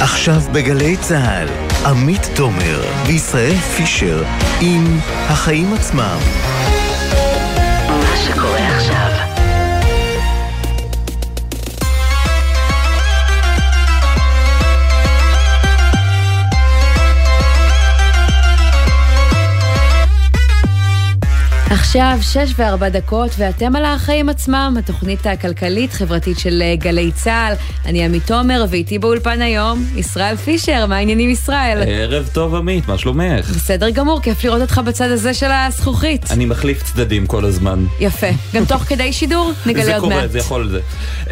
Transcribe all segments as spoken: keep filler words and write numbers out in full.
עכשיו בגלי צהל, עמית תומר וישראל פישר עם החיים עצמם. מה שקורה עכשיו. עכשיו שש וארבע דקות ואתם על החיים עצמם, התוכנית הכלכלית חברתית של גלי צהל. אני עמית תומר ואיתי באולפן היום ישראל פישר. מה העניינים ישראל? ערב טוב עמית, מה שלומך? בסדר גמור, כיף לראות אותך בצד הזה של הזכוכית. אני מחליף צדדים כל הזמן. יפה, גם תוך כדי שידור נגלה עוד מעט. זה קורה, זה יכול זה.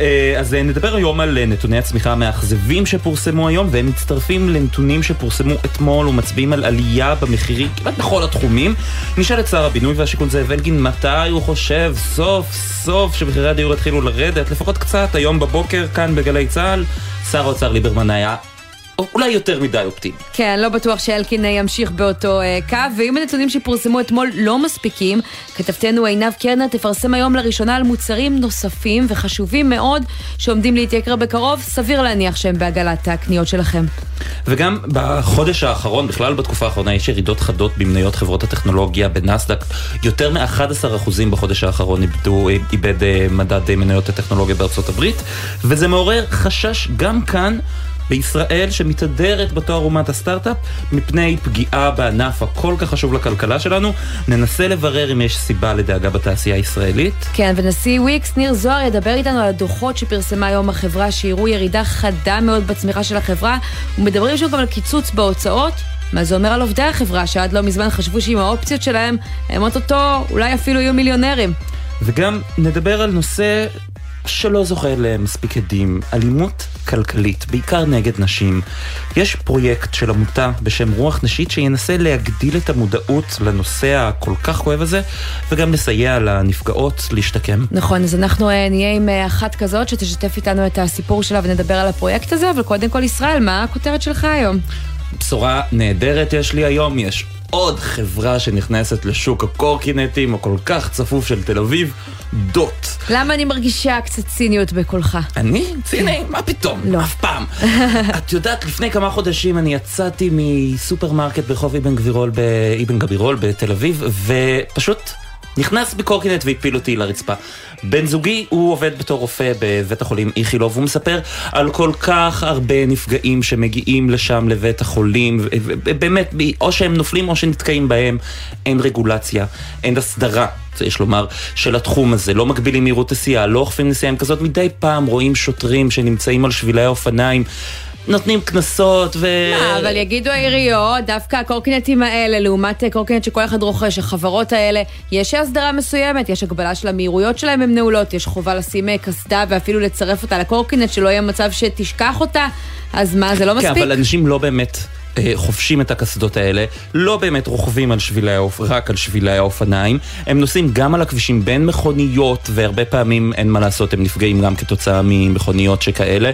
אז נדבר היום על נתוני הצמיחה המאכזבים שפורסמו היום, והם מצטרפים לנתונים שפורסמו אתמול ומצביעים על עלייה במחירים כמעט בכל התחומים. נשאל את שר הבינוי והשיכון זאב אלקין מתי הוא חושב סוף סוף שמחירי הדיור התחילו לרדת, לפחות קצת. היום בבוקר כאן בגלי צהל שר האוצר ליברמן היה אולי יותר מדי אופטימי. כן, לא בטוח שאלקין ימשיך באותו uh, קו, ואם הנתונים שפורסמו אתמול לא מספיקים, כתבתנו עינב קרנר תפרסם היום לראשונה על מוצרים נוספים וחשובים מאוד שעומדים להתייקר בקרוב, סביר להניח שהם בעגלת הקניות שלכם. וגם בחודש האחרון, בכלל בתקופה האחרונה, יש ירידות חדות במניות חברות הטכנולוגיה בנסדק. יותר מ-אחד עשר אחוז בחודש האחרון איבדו, איבד מדד מניות הטכנולוגיה בארצות הברית, וזה מעורר חשש גם כאן בישראל שמתהדרת בתואר אומת הסטארט-אפ מפני פגיעה בענף הכל כך חשוב לכלכלה שלנו. ננסה לברר אם יש סיבה לדאגה בתעשייה הישראלית. כן, ונשיא וויקס ניר זוהר ידבר איתנו על הדוחות שפרסמה היום החברה שיראו ירידה חדה מאוד בצמיחה של החברה, ומדברים שם גם על קיצוץ בהוצאות. מה זה אומר על עובדי החברה שעד לא מזמן חשבו שעם האופציות שלהם הם אותו אולי אפילו יהיו מיליונרים. וגם נדבר על נושא שלא זוכה למספיק עדים, אלימות כלכלית, בעיקר נגד נשים. יש פרויקט של עמותה בשם רוח נשית שינסה להגדיל את המודעות לנושא הכל כך כואב הזה, וגם לסייע לנפגעות להשתקם. נכון, אז אנחנו נהיה עם אחת כזאת שתשתף איתנו את הסיפור שלה ונדבר על הפרויקט הזה, אבל קודם כל ישראל, מה הכותרת שלך היום? בשורה נהדרת יש לי היום, יש עוד חברה שנכנסת לשוק הקורקינטים הכל כך צפוף של תל אביב, דוט. למה אני מרגישה קצת ציניות בקולך? אני? ציני? מה פתאום? לא. אף פעם. את יודעת, לפני כמה חודשים אני יצאתי מסופרמרקט ברחוב אבן גבירול, באבן גבירול בתל אביב, ופשוט נכנס בקורקינט והפיל אותי לרצפה. בן זוגי הוא עובד בתור רופא בבית החולים איכילוב, והוא מספר על כל כך הרבה נפגעים שמגיעים לשם לבית החולים, באמת, או שהם נופלים או שנתקעים בהם. אין רגולציה, אין הסדרה, יש לומר, של התחום הזה. לא מגבילים מהירות נסיעה, לא אוכפים נסיעה כזאת. מדי פעם רואים שוטרים שנמצאים על שבילי האופניים, נותנים כנסות ו... לא, אבל יגידו העיריות, דווקא הקורקינטים האלה, לעומת קורקינט שכל אחד רוכש, החברות האלה, יש הסדרה מסוימת, יש הגבלה של המהירויות שלהם, הם נעולות, יש חובה לשים קסדה ואפילו לצרף אותה לקורקינט, שלא יהיה מצב שתשכח אותה, אז מה, זה לא מספיק? כן, אבל אנשים לא באמת חופשים את הקסדות האלה, לא באמת רוכבים על שבילי האופ... רק על שבילי האופניים, הם נוסעים גם על הכבישים בין מכוניות, והרבה פעמים אין מה לעשות, הם נפגעים גם כתוצאה ממכוניות שכאלה.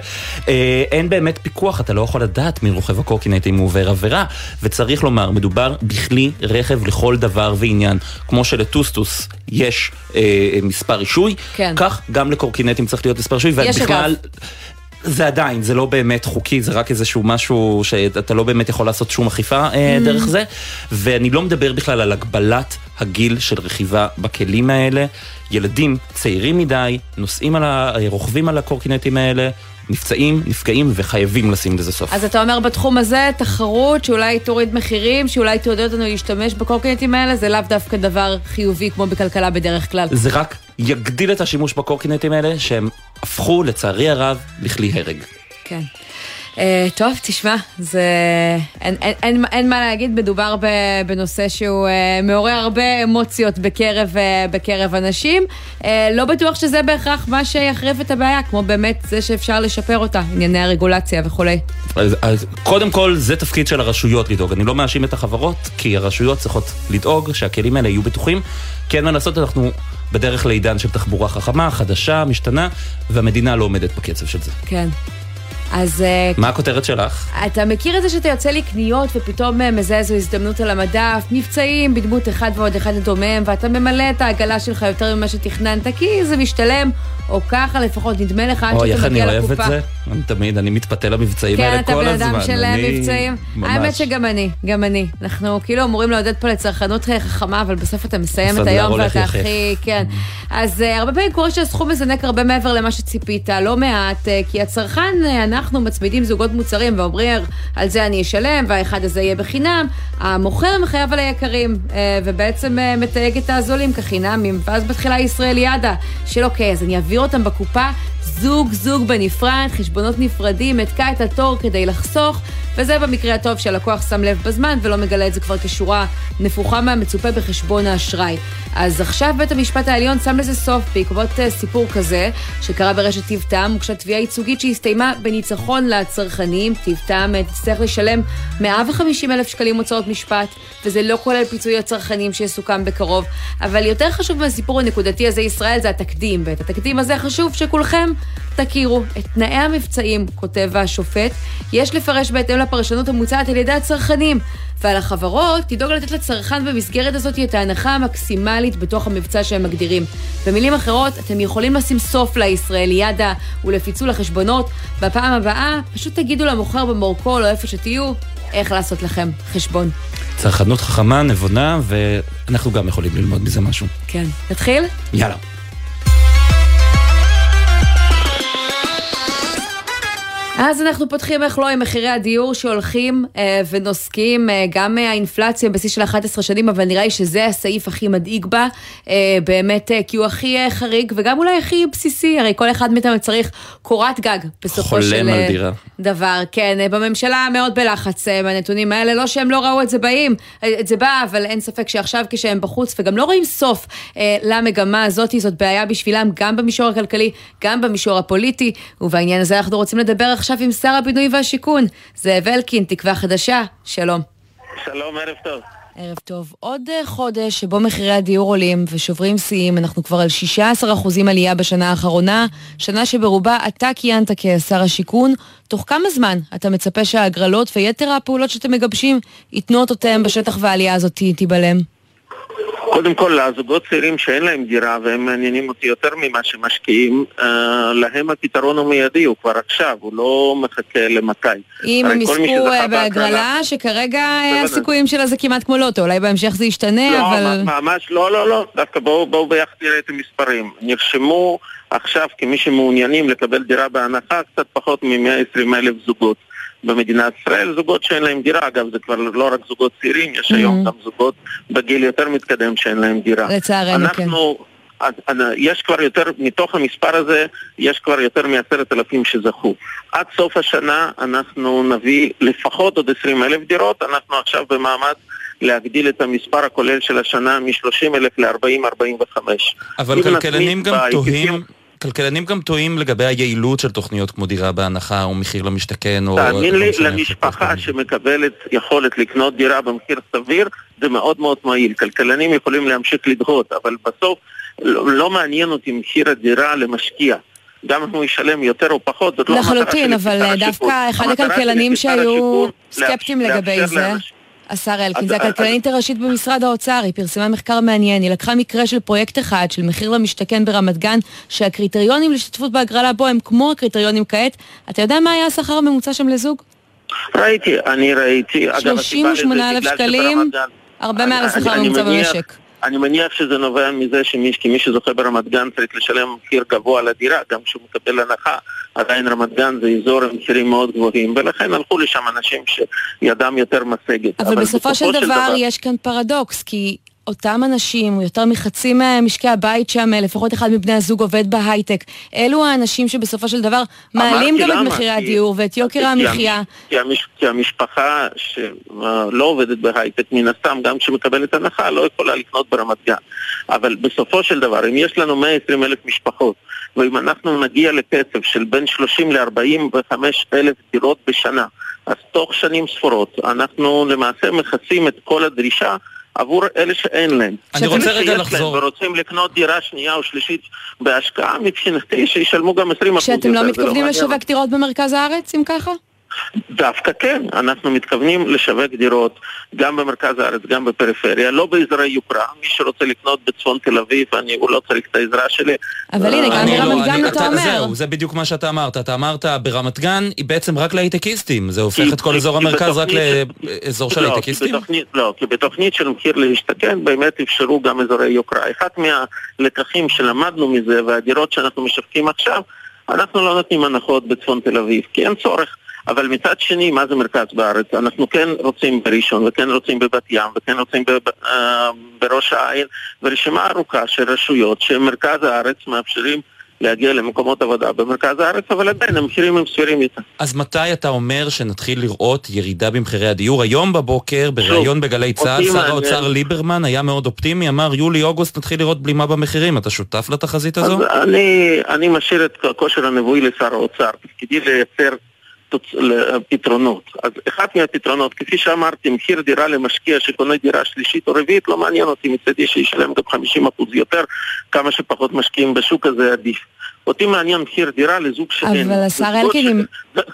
אין באמת פיקוח, אתה לא יכול לדעת מי רוכב הקורקינט אם הוא עובר עבירה, וצריך לומר, מדובר בכלי רכב לכל דבר ועניין, כמו שלטוסטוס יש אה, מספר רישוי, כן. כך גם לקורקינטים צריך להיות מספר רישוי, ובכלל... זה עדיין, זה לא באמת חוקי, זה רק איזשהו משהו שאתה לא באמת יכול לעשות שום אכיפה mm. דרך זה, ואני לא מדבר בכלל על הגבלת הגיל של רכיבה בכלים האלה. ילדים צעירים מדי, נוסעים על ה... רוכבים על הקורקינטים האלה, נפצעים, נפגעים וחייבים לשים לזה סוף. אז אתה אומר בתחום הזה, תחרות שאולי תוריד מחירים, שאולי תעודד אותנו להשתמש בקורקינטים האלה, זה לאו דווקא דבר חיובי כמו בכלכלה בדרך כלל. זה רק יגדיל את השימוש בקורקינטים האלה, שהם הפכו לצערי הרב לכלי הרג. כן. Uh, טוב, תשמע, זה... אין, אין, אין, אין מה להגיד, מדובר בנושא שהוא uh, מעורר הרבה אמוציות בקרב, uh, בקרב אנשים. Uh, לא בטוח שזה בהכרח מה שיחריף את הבעיה, כמו באמת זה שאפשר לשפר אותה, ענייני הרגולציה וכולי. אז, אז קודם כל, זה תפקיד של הרשויות לדאוג. אני לא מאשים את החברות, כי הרשויות צריכות לדאוג שהכלים האלה יהיו בטוחים. כן, מה לעשות, אנחנו בדרך לעידן של תחבורה חכמה, חדשה, משתנה, והמדינה לא עומדת בקצב של זה. כן. אז... מה הכותרת שלך? אתה מכיר את זה שאתה יוצא לי קניות ופתאום מזהה איזו הזדמנות על המדף, מבצעים בדמות אחד ועוד אחד דומם, ואתה ממלא את העגלה שלך יותר ממה שתכננת, כי זה משתלם, או ככה לפחות נדמה לך, עד שאתה מגיע לקופה. אוי, איך אני אוהב את זה. אני תמיד, אני מתפתה למבצעים כן, האלה אתה כל בן הזמן. אדם של אני- מבצעים. ממש. האמת שגם אני, גם אני. אנחנו כאילו אמורים לעודד פה לצרכנות חכמה, אבל בסוף אתה מסיים את הסנדלר היום הולך ואתה יחף. הכי, כן. אז uh, הרבה פעמים קורה שהסכום מזנק הרבה מעבר למה שציפית, לא מעט, uh, כי הצרכן, uh, אנחנו מצמידים זוגות מוצרים ואומרים, על זה אני אשלם, והאחד הזה יהיה בחינם. המוכר מחייב על היקרים, uh, ובעצם uh, מתייג את הזולים כחינמים, ואז בתחילה ישראליאדה, של אוקיי, אז אני אעביר אותם בקופה, זוג זוג בנפרד, חשבונות נפרדים, התקע את התור כדי לחסוך, וזה במקרה הטוב שהלקוח שם לב בזמן ולא מגלה את זה כבר כשורה נפוחה מהמצופה בחשבון האשראי. אז עכשיו בית המשפט העליון שם לזה סוף בעקבות סיפור כזה שקרה ברשת טיב טעם, הוגשה תביעה ייצוגית שהסתיימה בניצחון לצרכנים. טיב טעם תצטרך לשלם מאה וחמישים אלף שקלים הוצאות משפט, וזה לא כולל פיצוי הצרכנים שיסוכם בקרוב. אבל יותר חשוב מהסיפור הנקודתי הזה ישראל זה התקדים, ואת התקדים הזה חשוב שכולכם תכירו. את תנאי המבצעים, כותב השופט, יש לפרש בהתאם לפרשנות המוצעת על ידי הצרכנים, ועל החברות תדאוג לתת לצרכן במסגרת הזאת את ההנחה המקסימלית בתוך המבצע שהם מגדירים. במילים אחרות, אתם יכולים לשים סוף לישראליאדה ולפיצול החשבונות. בפעם הבאה, פשוט תגידו למוכר במורקול או איפה שתהיו, איך לעשות לכם חשבון. צרכנות חכמה, נבונה, ואנחנו גם יכולים ללמוד מזה משהו. כן. נתחיל? יאללה. אז אנחנו פותחים איך לא עם מחירי הדיור שהולכים אה, ונוסקים, אה, גם אה, האינפלציה בשיא של אחת עשרה שנים, אבל נראה לי שזה הסעיף הכי מדאיג בה, אה, באמת אה, כי הוא הכי אה, חריג וגם אולי הכי בסיסי, הרי כל אחד מאיתנו צריך קורת גג בסופו של חולם על דירה. דבר. כן, אה, בממשלה מאוד בלחץ אה, מהנתונים האלה, לא שהם לא ראו את זה באים, אה, את זה בא, אבל אין ספק שעכשיו כשהם בחוץ וגם לא רואים סוף אה, למגמה הזאת, זאת בעיה בשבילם גם במישור הכלכלי, גם במישור הפוליטי, ובעניין הזה אנחנו רוצים לדבר עכשיו עם שר הבינוי והשיכון, זאב אלקין, תקווה חדשה, שלום. שלום, ערב טוב. ערב טוב. עוד חודש שבו מחירי הדיור עולים ושוברים שיאים, אנחנו כבר על שישה עשר אחוזים עלייה בשנה האחרונה, שנה שברובה אתה כיהנת כשר השיכון. תוך כמה זמן אתה מצפה שההגרלות ויתר הפעולות שאתם מגבשים ייתנו אותם בשטח והעלייה הזאת תיבלם? קודם כל, לזוגות צעירים שאין להם דירה והם מעניינים אותי יותר ממה שמשקיעים, להם הפתרון הוא מיידי, הוא כבר עכשיו, הוא לא מחכה למתי. אם הם יזכו בהגרלה, שכרגע הסיכויים שלה זה כמעט כמו לוטו, אולי בהמשך זה ישתנה, אבל... לא, ממש, לא, לא, לא, דווקא בואו ביחד נראה את המספרים. נרשמו עכשיו כמי שמעוניינים לקבל דירה בהנחה, קצת פחות מ-מאה ועשרים אלף זוגות. במדינת ישראל, זוגות שאין להם דירה, אגב זה כבר לא רק זוגות צעירים, יש mm-hmm. היום גם זוגות בגיל יותר מתקדם שאין להם דירה. לצערנו, אנחנו, כן. יש כבר יותר, מתוך המספר הזה, יש כבר יותר מעשרת אלפים שזכו. עד סוף השנה אנחנו נביא לפחות עוד עשרים אלף דירות, אנחנו עכשיו במאמץ להגדיל את המספר הכולל של השנה מ-שלושים אלף ל-ארבעים עד ארבעים וחמש. אבל כלכלנים גם תוהים... כלכלנים גם טועים לגבי היעילות של תוכניות כמו דירה בהנחה או מחיר למשתכן. תאמין לי, למשפחה שמקבלת יכולת לקנות דירה במחיר סביר, זה מאוד מאוד מועיל. כלכלנים יכולים להמשיך לדחות, אבל בסוף לא מעניין אותי מחיר הדירה למשקיע. גם אם הוא ישלם יותר או פחות, זאת לא המטרה של שר השיכון. לחלוטין, אבל דווקא אחד הכלכלנים שהיו סקפטיים לגבי זה, השר אלקין, זה הכלכלנית הראשית במשרד האוצר, היא פרסמה מחקר מעניין, היא לקחה מקרה של פרויקט אחד של מחיר למשתכן ברמת גן, שהקריטריונים להשתתפות בהגרלה בו הם כמו הקריטריונים כעת. אתה יודע מה היה השכר הממוצע שם לזוג? ראיתי, אני ראיתי. שלושים ושמונה אלף שקלים, הרבה מעל השכר הממוצע במשק. אני מניח שזה נובע מזה שמי שזוכה ברמת גן צריך לשלם מחיר גבוה לדירה, גם כשהוא מקבל הנחה, עדיין רמת גן זה אזור עם מחירים מאוד גבוהים, ולכן הלכו לשם אנשים שידם יותר משגת. אבל, אבל בסופו של דבר, של דבר יש כאן פרדוקס, כי אותם אנשים, יותר מחצי ממשקי הבית שם, לפחות אחד מבני הזוג עובד בהייטק, אלו האנשים שבסופו של דבר מעלים גם את מחירי הדיור ואת יוקר המחיה. כי, המש, כי המשפחה שלא עובדת בהייטק, מן הסתם, גם כשמקבלת הנחה, לא יכולה לקנות ברמת גן. אבל בסופו של דבר, אם יש לנו מאה ועשרים אלף משפחות, ואם אנחנו נגיע לקצב של בין שלושים ל-ארבעים וחמש אלף דירות בשנה, אז תוך שנים ספורות, אנחנו למעשה מכסים את כל הדרישה עבור אלה שאין להם. אני רוצה רגע לחזור. ורוצים לקנות דירה שנייה או שלישית בהשקעה, מבחינתי שישלמו גם עשרים אחוז. שאתם לא מתכוונים לשווק דירות במרכז הארץ, אם ככה? דווקא כן, אנחנו מתכוונים לשווק דירות גם במרכז הארץ, גם בפריפריה, לא באזורי יוקרה. מי שרוצה לקנות בצפון תל אביב, אני, הוא לא צריך את העזרה שלי. אבל הנה, גם ברמת גן אתה אומר. זהו, זה בדיוק מה שאתה אמרת. אתה אמרת, ברמת גן היא בעצם רק להייטקיסטים. זה הופך את כל אזור המרכז רק לאזור של הייטקיסטים? לא, כי בתוכנית של מחיר להשתכן באמת אפשרו גם אזורי יוקרה. אחד מהלקחים שלמדנו מזה, והדירות שאנחנו משווקים עכשיו, אנחנו לא נותנים הנחות בצפון תל אביב, כי אין צורך. אבל מצד שני, מה זה מרכז בארץ? אנחנו כן רוצים בראשון, וכן רוצים בבת ים, וכן רוצים בראש העין, ורשימה ארוכה של רשויות שמרכז הארץ מאפשרים להגיע למקומות עבודה במרכז הארץ, אבל עדיין המחירים הם סבירים יותר. אז מתי אתה אומר שנתחיל לראות ירידה במחירי הדיור? היום בבוקר, בראיון בגלי צה"ל, שר האוצר ליברמן היה מאוד אופטימי, אמר יולי-אוגוסט נתחיל לראות בלימה במחירים. אתה שותף לתחזית הזו? אז אני, אני משאיר את כושר הנבואי לשר האוצר, תפקידי לייצר לפתרונות. אז אחד מהפתרונות, כפי שאמרתי, מחיר דירה למשקיע שקונה דירה שלישית או רביעית, לא מעניין אותי, מצדי שישלם גם חמישים אחוז יותר, כמה שפחות משקיעים בשוק הזה עדיף. אותי מעניין מחיר דירה לזוג שאין. אבל השר אלקין...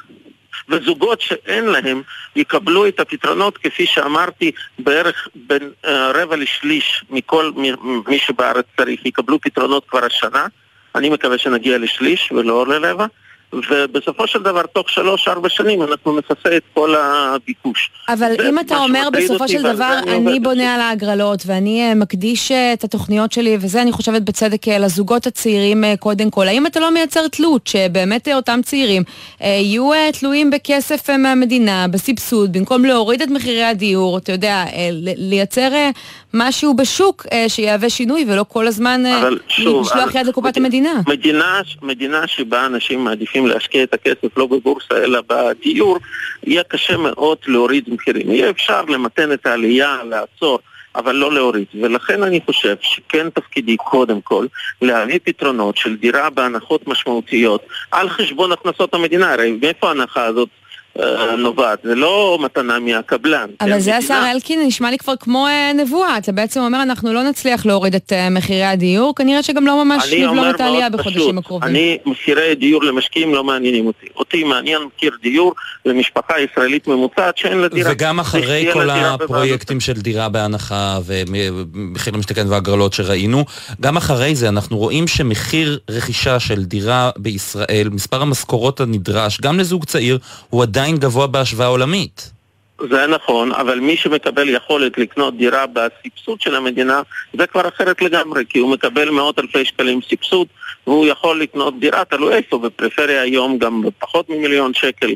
וזוגות שאין להם יקבלו את הפתרונות, כפי שאמרתי, בערך בין uh, רבע לשליש מכל מ- מי שבארץ צריך, יקבלו פתרונות כבר השנה. אני מקווה שנגיע לשליש ולא לרבע. ובסופו של דבר, תוך שלוש, ארבע שנים, אנחנו נפסה את כל הביקוש. אבל אם אתה אומר בסופו של דבר, אני בונה על ההגרלות, ואני מקדיש את התוכניות שלי, וזה אני חושבת בצדק לזוגות הצעירים קודם כל. האם אתה לא מייצר תלות, שבאמת אותם צעירים יהיו תלויים בכסף מהמדינה, בסבסוד, במקום להוריד את מחירי הדיור, אתה יודע, לייצר משהו בשוק שיהווה שינוי, ולא כל הזמן לשלוח יד לקופת המדינה. מדינה שבה אנשים מעדיפים להשקיע את הכסף לא בבורסה אלא בדיור, יהיה קשה מאוד להוריד מחירים. יהיה אפשר למתן את העלייה, לעצור, אבל לא להוריד. ולכן אני חושב שכן תפקידי קודם כל להביא פתרונות של דירה בהנחות משמעותיות על חשבון הכנסות המדינה. הרי מאיפה ההנחה הזאת נובעת? זה לא מתנה מהקבלן. אבל זה השר אלקין נשמע לי כבר כמו נבואה. אתה בעצם אומר אנחנו לא נצליח להוריד את מחירי הדיור, כנראה שגם לא ממש נבלום את העלייה בחודשים הקרובים. אני, מחירי דיור למשקיעים לא מעניינים אותי. אותי מעניין מחיר דיור למשפחה ישראלית ממוצעת שאין לה דירה. וגם אחרי כל הפרויקטים של דירה בהנחה ומחיר למשתכן והגרלות שראינו, גם אחרי זה אנחנו רואים שמחיר רכישה של דירה בישראל, מספר המשכורות הנדרש, גם לזוג צעיר, הוא עדיין גבוה בהשוואה עולמית. זה נכון, אבל מי שמקבל יכולת לקנות דירה בסבסוד של המדינה, זה כבר אחרת לגמרי, כי הוא מקבל מאות אלפי שקלים סבסוד, והוא יכול לקנות דירה, תלוי איפה, בפריפריה היום גם בפחות ממיליון שקל,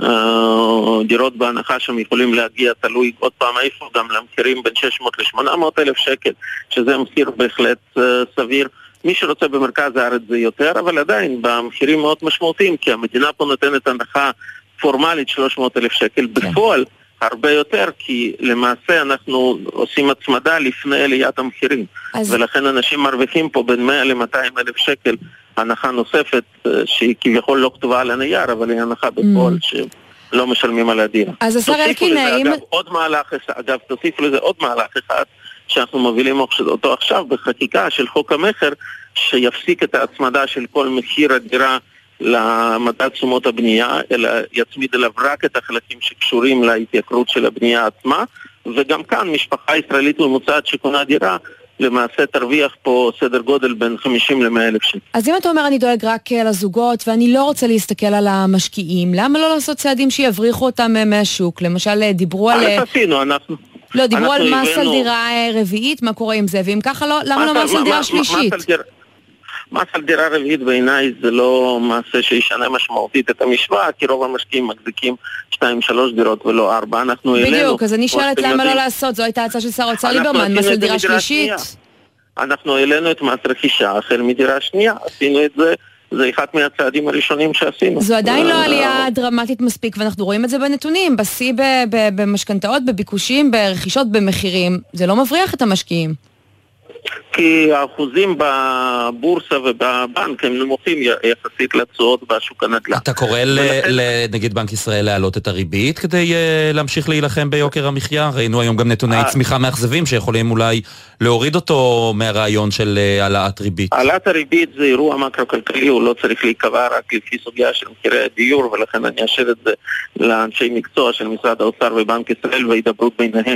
דירות בהנחה שהם יכולים להגיע, תלוי עוד פעם איפה, גם למחירים בין שש מאות לשמונה מאות אלף שקל, שזה מחיר בהחלט סביר. מי שרוצה במרכז הארץ זה יותר, אבל עדיין במחירים מאוד משמעותיים, כי המדינה פה נותנת הנחה פורמלית שלוש מאות אלף שקל, בפועל הרבה יותר, כי למעשה אנחנו עושים הצמדה לפני עליית המחירים, אז... ולכן אנשים מרוויחים פה בין מאה למאתיים אלף שקל הנחה נוספת, שהיא כביכול לא כתובה על הנייר, אבל היא הנחה בפועל mm. שלא משלמים על הדירה. אז השר אלקין, האם... אגב, עוד מהלך, אגב, תוסיפו לזה עוד מהלך אחד, שאנחנו מובילים אותו עכשיו בחקיקה של חוק המחר, שיפסיק את ההצמדה של כל מחיר הדירה למדד תשומות הבנייה, אלא יצמיד אליו רק את החלקים שקשורים להתייקרות של הבנייה עצמה, וגם כאן משפחה ישראלית ממוצעת שקונה דירה, למעשה תרוויח פה סדר גודל בין חמישים למאה אלף שקל. אז אם אתה אומר אני דואג רק לזוגות ואני לא רוצה להסתכל על המשקיעים, למה לא לעשות צעדים שיבריחו אותם מהשוק? למשל דיברו על... אז עשינו, אנחנו... לא, דיברו על מס על דירה רביעית, מה קורה עם זה? ואם ככה לא, למה לא מס על דירה שלישית? מס על דירה רביעית בעיניי זה לא מעשה שישנה משמעותית את המשוואה, כי רוב המשקיעים מחזיקים שתיים שלוש דירות ולא ארבע. אנחנו העלינו... בדיוק, אז אני שואלת למה לא לעשות, זו הייתה הצעה של שר האוצר ליברמן, מס על דירה שלישית. אנחנו העלינו את מס רכישה החל מדירה שנייה, עשינו את זה, זה אחד מהצעדים הראשונים שעשינו. זו עדיין לא עלייה דרמטית מספיק, ואנחנו רואים את זה בנתונים, בשיא במשכנתאות, בביקושים, ברכישות, במחירים, זה לא מבריח את המשקיעים. כי האחוזים בבורסה ובבנק הם נמוכים יחסית לתשואות בשוק הנדל"ן. אתה קורא לנגיד בנק ישראל להעלות את הריבית כדי להמשיך להילחם ביוקר המחיה? ראינו היום גם נתוני צמיחה מאכזבים שיכולים אולי להוריד אותו מהרעיון של העלאת ריבית. העלאת הריבית זה אירוע מקרו-כלכלי, הוא לא צריך להיקבע רק לפי סוגיה של מחירי הדיור, ולכן אני אשאיר את זה לאנשי מקצוע של משרד האוצר ובנק ישראל והידברות ביניהם.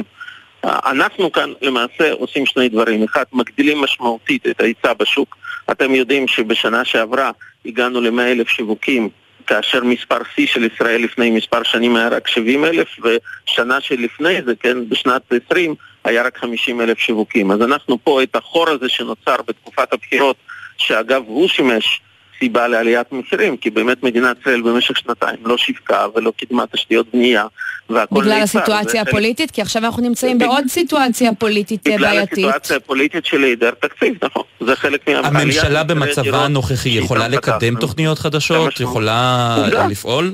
אנחנו כאן למעשה עושים שני דברים. אחד, מגדילים משמעותית את ההיצע בשוק. אתם יודעים שבשנה שעברה הגענו ל-מאה אלף שיווקים, כאשר מספר C של ישראל לפני מספר שנים היה רק שבעים אלף, ושנה שלפני זה, כן, בשנת עשרים, היה רק חמישים אלף שיווקים. אז אנחנו פה את החור הזה שנוצר בתקופת הבחירות, שאגב הוא שימש סיבה לעליית מחירים, כי באמת מדינת ישראל במשך שנתיים לא שיווקה ולא קידמה תשתיות בנייה, בגלל הסיטואציה הפוליטית, כי עכשיו אנחנו נמצאים בעוד סיטואציה פוליטית בעייתית. בגלל הסיטואציה הפוליטית של היעדר תקציב, נכון. זה חלק מהבעיה. הממשלה במצבה הנוכחי יכולה לקדם תוכניות חדשות? יכולה לפעול?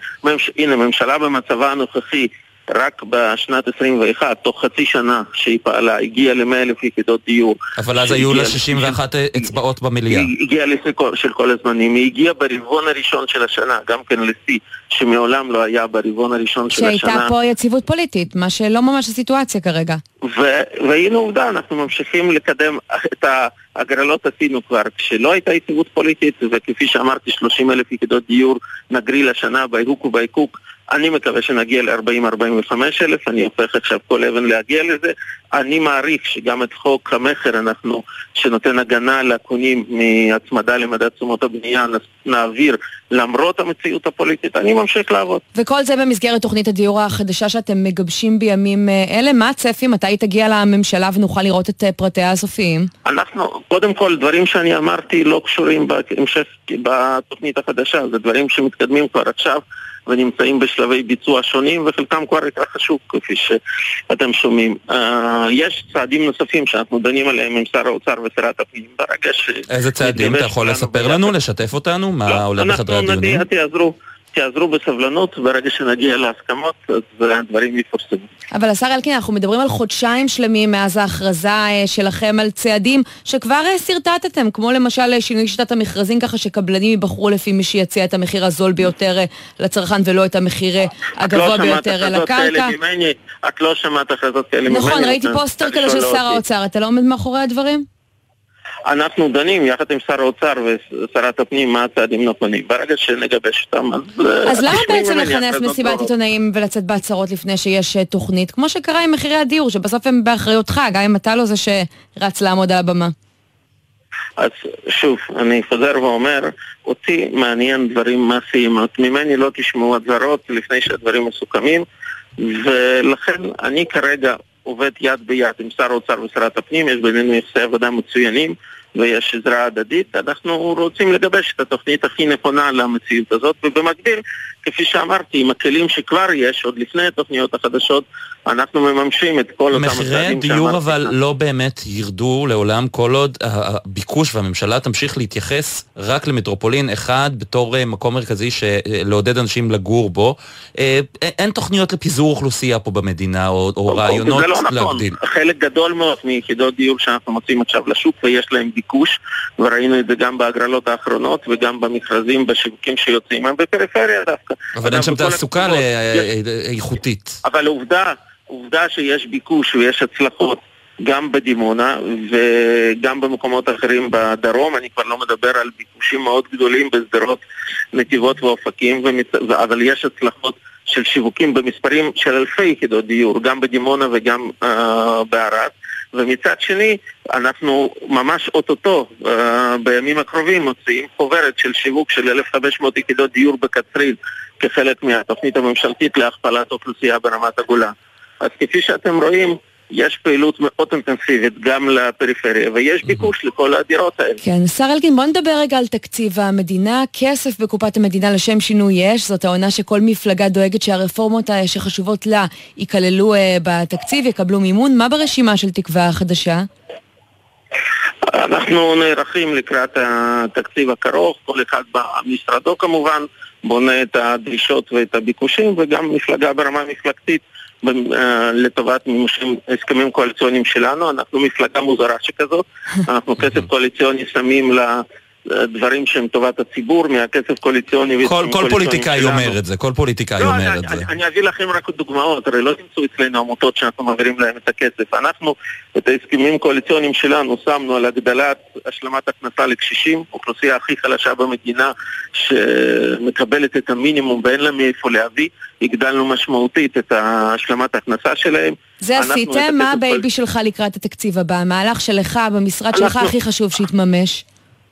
הנה, ממשלה במצבה הנוכחי רק בשנת עשרים ואחת, תוך חצי שנה שהיא פעלה, הגיעה ל-מאה אלף יחידות דיור. אבל אז היו לה שישים ואחת אצבעות במליאה. היא הגיעה לשיא של כל הזמנים. היא הגיעה ברבעון הראשון של השנה, גם כן לשיא, שמעולם לא היה ברבעון הראשון של השנה. שהייתה פה יציבות פוליטית, מה שלא ממש הסיטואציה כרגע. והנה עובדה, אנחנו ממשיכים לקדם את ההגרלות עשינו כבר, כשלא הייתה יציבות פוליטית, וכפי שאמרתי, שלושים אלף יחידות דיור נגריל לשנה בהיקוק ובהיקוק. אני מקווה שנגיע ל-ארבעים עד ארבעים וחמש אלף, אני הופך עכשיו כל אבן להגיע לזה. אני מעריך שגם את חוק המחר אנחנו, שנותן הגנה לקונים מהצמדה למדד תשומות הבנייה, נעביר למרות המציאות הפוליטית. אני ממשיך לעבוד. וכל זה במסגרת תוכנית הדיור החדשה שאתם מגבשים בימים אלה. מה הצפי? מתי תגיע לממשלה ונוכל לראות את פרטיה הסופיים? אנחנו, קודם כל, דברים שאני אמרתי לא קשורים בהמשך בתוכנית החדשה. זה דברים שמתקדמים כבר עכשיו. ונמצאים בשלבי ביצוע שונים, וחלקם כבר התרחשו, כפי שאתם שומעים. Uh, יש צעדים נוספים שאנחנו דנים עליהם עם שר האוצר ושרת הפנים. ברגע ש... איזה צעדים? אתה יכול לספר לנו, לשתף אותנו? מה לא, עולה בחדרי הדיונים? אנחנו תעזרו, תעזרו בסבלנות, ברגע שנגיע להסכמות, אז הדברים יפורסמו. אבל השר אלקין, אנחנו מדברים על חודשיים שלמים מאז ההכרזה שלכם על צעדים שכבר סרטטתם, כמו למשל שינוי שיטת המכרזים, ככה שקבלנים יבחרו לפי מי שיציע את המחיר הזול ביותר לצרכן ולא את המחיר הגבוה ביותר לקרקע. את לא שמעת הכרזות כאלה ממני. נכון, ראיתי פוסטר כזה של שר האוצר, אתה לא עומד מאחורי הדברים? אנחנו דנים יחד עם שר האוצר ושרת הפנים מה הצעדים נכונים. ברגע שנגבש אותם, אז... אז למה בעצם לכנס מסיבת עיתונאים ולצאת בהצהרות לפני שיש תוכנית? כמו שקרה עם מחירי הדיור, שבסוף הם באחריותך, גם אם אתה לא זה שרץ לעמוד על הבמה. אז שוב, אני חוזר ואומר, אותי מעניין דברים מעשיים. ממני לא תשמעו הצהרות לפני שהדברים מסוכמים, ולכן אני כרגע עובד יד ביד עם שר האוצר ושרת הפנים, יש בינינו יחסי עבודה מצוינים ויש עזרה הדדית. אנחנו רוצים לגבש את התוכנית הכי נכונה למציאות הזאת, ובמקביל, כפי שאמרתי, עם הכלים שכבר יש, עוד לפני התוכניות החדשות, אנחנו מממשים את כל אותם הצעדים שאמרתי. מחירי הדיור אבל לא באמת ירדו לעולם כל עוד הביקוש והממשלה תמשיך להתייחס רק למטרופולין אחד בתור מקום מרכזי שלעודד אנשים לגור בו. אין תוכניות לפיזור אוכלוסייה פה במדינה או רעיונות להגדיל. חלק גדול מאוד מיחידות דיור שאנחנו מוצאים עכשיו לשוק ויש להם ביקוש, וראינו את זה גם בהגרלות האחרונות וגם במכרזים בשיווקים שיוצאים הם בפריפריה דווקא. אבל אין שם תעסוקה איכותית. אבל עובדה עובדה שיש ביקוש ויש הצלחות גם בדימונה וגם במקומות אחרים בדרום. אני כבר לא מדבר על ביקושים מאוד גדולים בסדרות, נתיבות ואופקים, ומצ... אבל יש הצלחות של שיווקים במספרים של אלפי יחידות דיור, גם בדימונה וגם uh, בערד. ומצד שני, אנחנו ממש אוטוטו uh, בימים הקרובים מוציאים חוברת של שיווק של אלף וחמש מאות יחידות דיור בקצרין, כחלק מהתוכנית הממשלתית להכפלת אוכלוסייה ברמת הגולן. אז כפי שאתם רואים, יש פעילות מאוד אינטנסיבית גם לפריפריה, ויש ביקוש לכל הדירות האלה. כן, שר אלקין, בוא נדבר רגע על תקציב המדינה. כסף בקופת המדינה לשם שינוי יש, זאת העונה שכל מפלגה דואגת שהרפורמות שחשובות לה ייכללו בתקציב, יקבלו מימון. מה ברשימה של תקווה חדשה? אנחנו נערכים לקראת התקציב הקרוב, כל אחד במשרדו כמובן, בונה את הדרישות ואת הביקושים, וגם מפלגה ברמה מפלגתית לטובת מימושים הסכמים קואליציוניים שלנו. אנחנו מפלגה מוזרה שכזאת, אנחנו כסף קואליציוני שמים לדברים שהם טובת הציבור, מהכסף קואליציוני. כל פוליטיקאי אומר את זה, כל פוליטיקאי אומר את זה. אני אביא לכם רק דוגמאות, הרי לא תמצאו אצלנו עמותות שאנחנו מעבירים להם את הכסף. אנחנו את ההסכמים קואליציוניים שלנו שמנו על הגדלת השלמת הכנסה לקשישים, אוכלוסייה הכי חלשה במדינה שמקבלת את המינימום ואין לה מאיפה להביא, הגדלנו משמעותית את השלמת הכנסה שלהם. זה עשיתם? מה הבייבי שלך לקראת התקציב הבא? המהלך שלך במשרד שלך הכי חשוב שיתממש?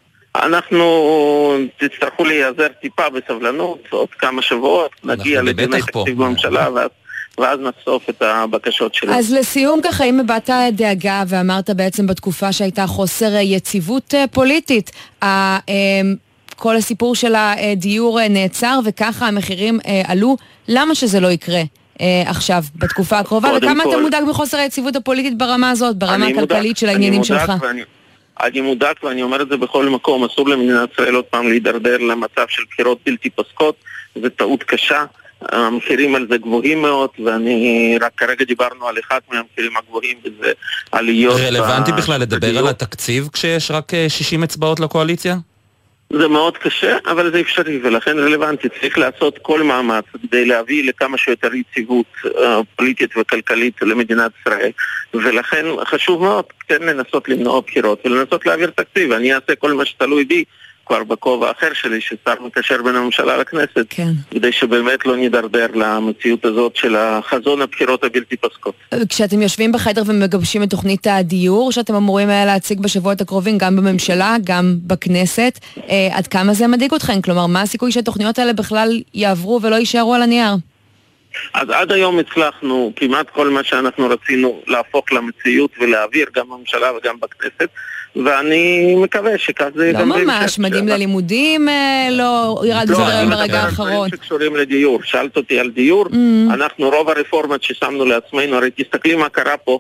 אנחנו תצטרכו להיעזר טיפה בסבלנות, עוד כמה שבועות, נגיע לדיוני תקציב בממשלה ואז ואז נסוף את הבקשות שלנו. אז לסיום ככה, אם הבאת דאגה ואמרת בעצם בתקופה שהייתה חוסר יציבות פוליטית, כל הסיפור של הדיור נעצר וככה המחירים עלו, למה שזה לא יקרה עכשיו, בתקופה הקרובה? וכמה אתה מודאג בחוסר היציבות הפוליטית ברמה הזאת, ברמה הכלכלית של העניינים שלך? אני מודאג ואני אומר את זה בכל מקום, אסור למדינת ישראל עוד פעם להידרדר למצב של בחירות בלתי פסקות, זה טעות קשה. המחירים על זה גבוהים מאוד, ואני רק כרגע דיברנו על אחד מהמחירים הגבוהים, וזה עליות... רלוונטי בכלל לדבר על התקציב כשיש רק שישים אצבעות לקואליציה? זה מאוד קשה, אבל זה אפשרי, ולכן רלוונטי. צריך לעשות כל מאמץ כדי להביא לכמה שיותר יציבות פוליטית וכלכלית למדינת ישראל, ולכן חשוב מאוד כן לנסות למנוע בחירות ולנסות להעביר תקציב. אני אעשה כל מה שתלוי בי כבר בכובע אחר שלי, ששר מקשר בין הממשלה לכנסת, כן. כדי שבאמת לא נידרדר למציאות הזאת של החזון הבחירות הבלתי פסקות. כשאתם יושבים בחדר ומגבשים את תוכנית הדיור, שאתם אמורים להציג בשבועות הקרובים, גם בממשלה, גם בכנסת, עד כמה זה מדאיג אתכם? כלומר, מה הסיכוי שהתוכניות האלה בכלל יעברו ולא יישארו על הנייר? אז עד היום הצלחנו כמעט כל מה שאנחנו רצינו להפוך למציאות ולהעביר גם בממשלה וגם בכנסת, ואני מקווה שכך זה... לא ממש, מגיעים ללימודים, לא ירד לסדר היום ברגע האחרון. דברים שקשורים לדיור, שאלת אותי על דיור, אנחנו רוב הרפורמות ששמנו לעצמנו, הרי תסתכלי מה קרה פה,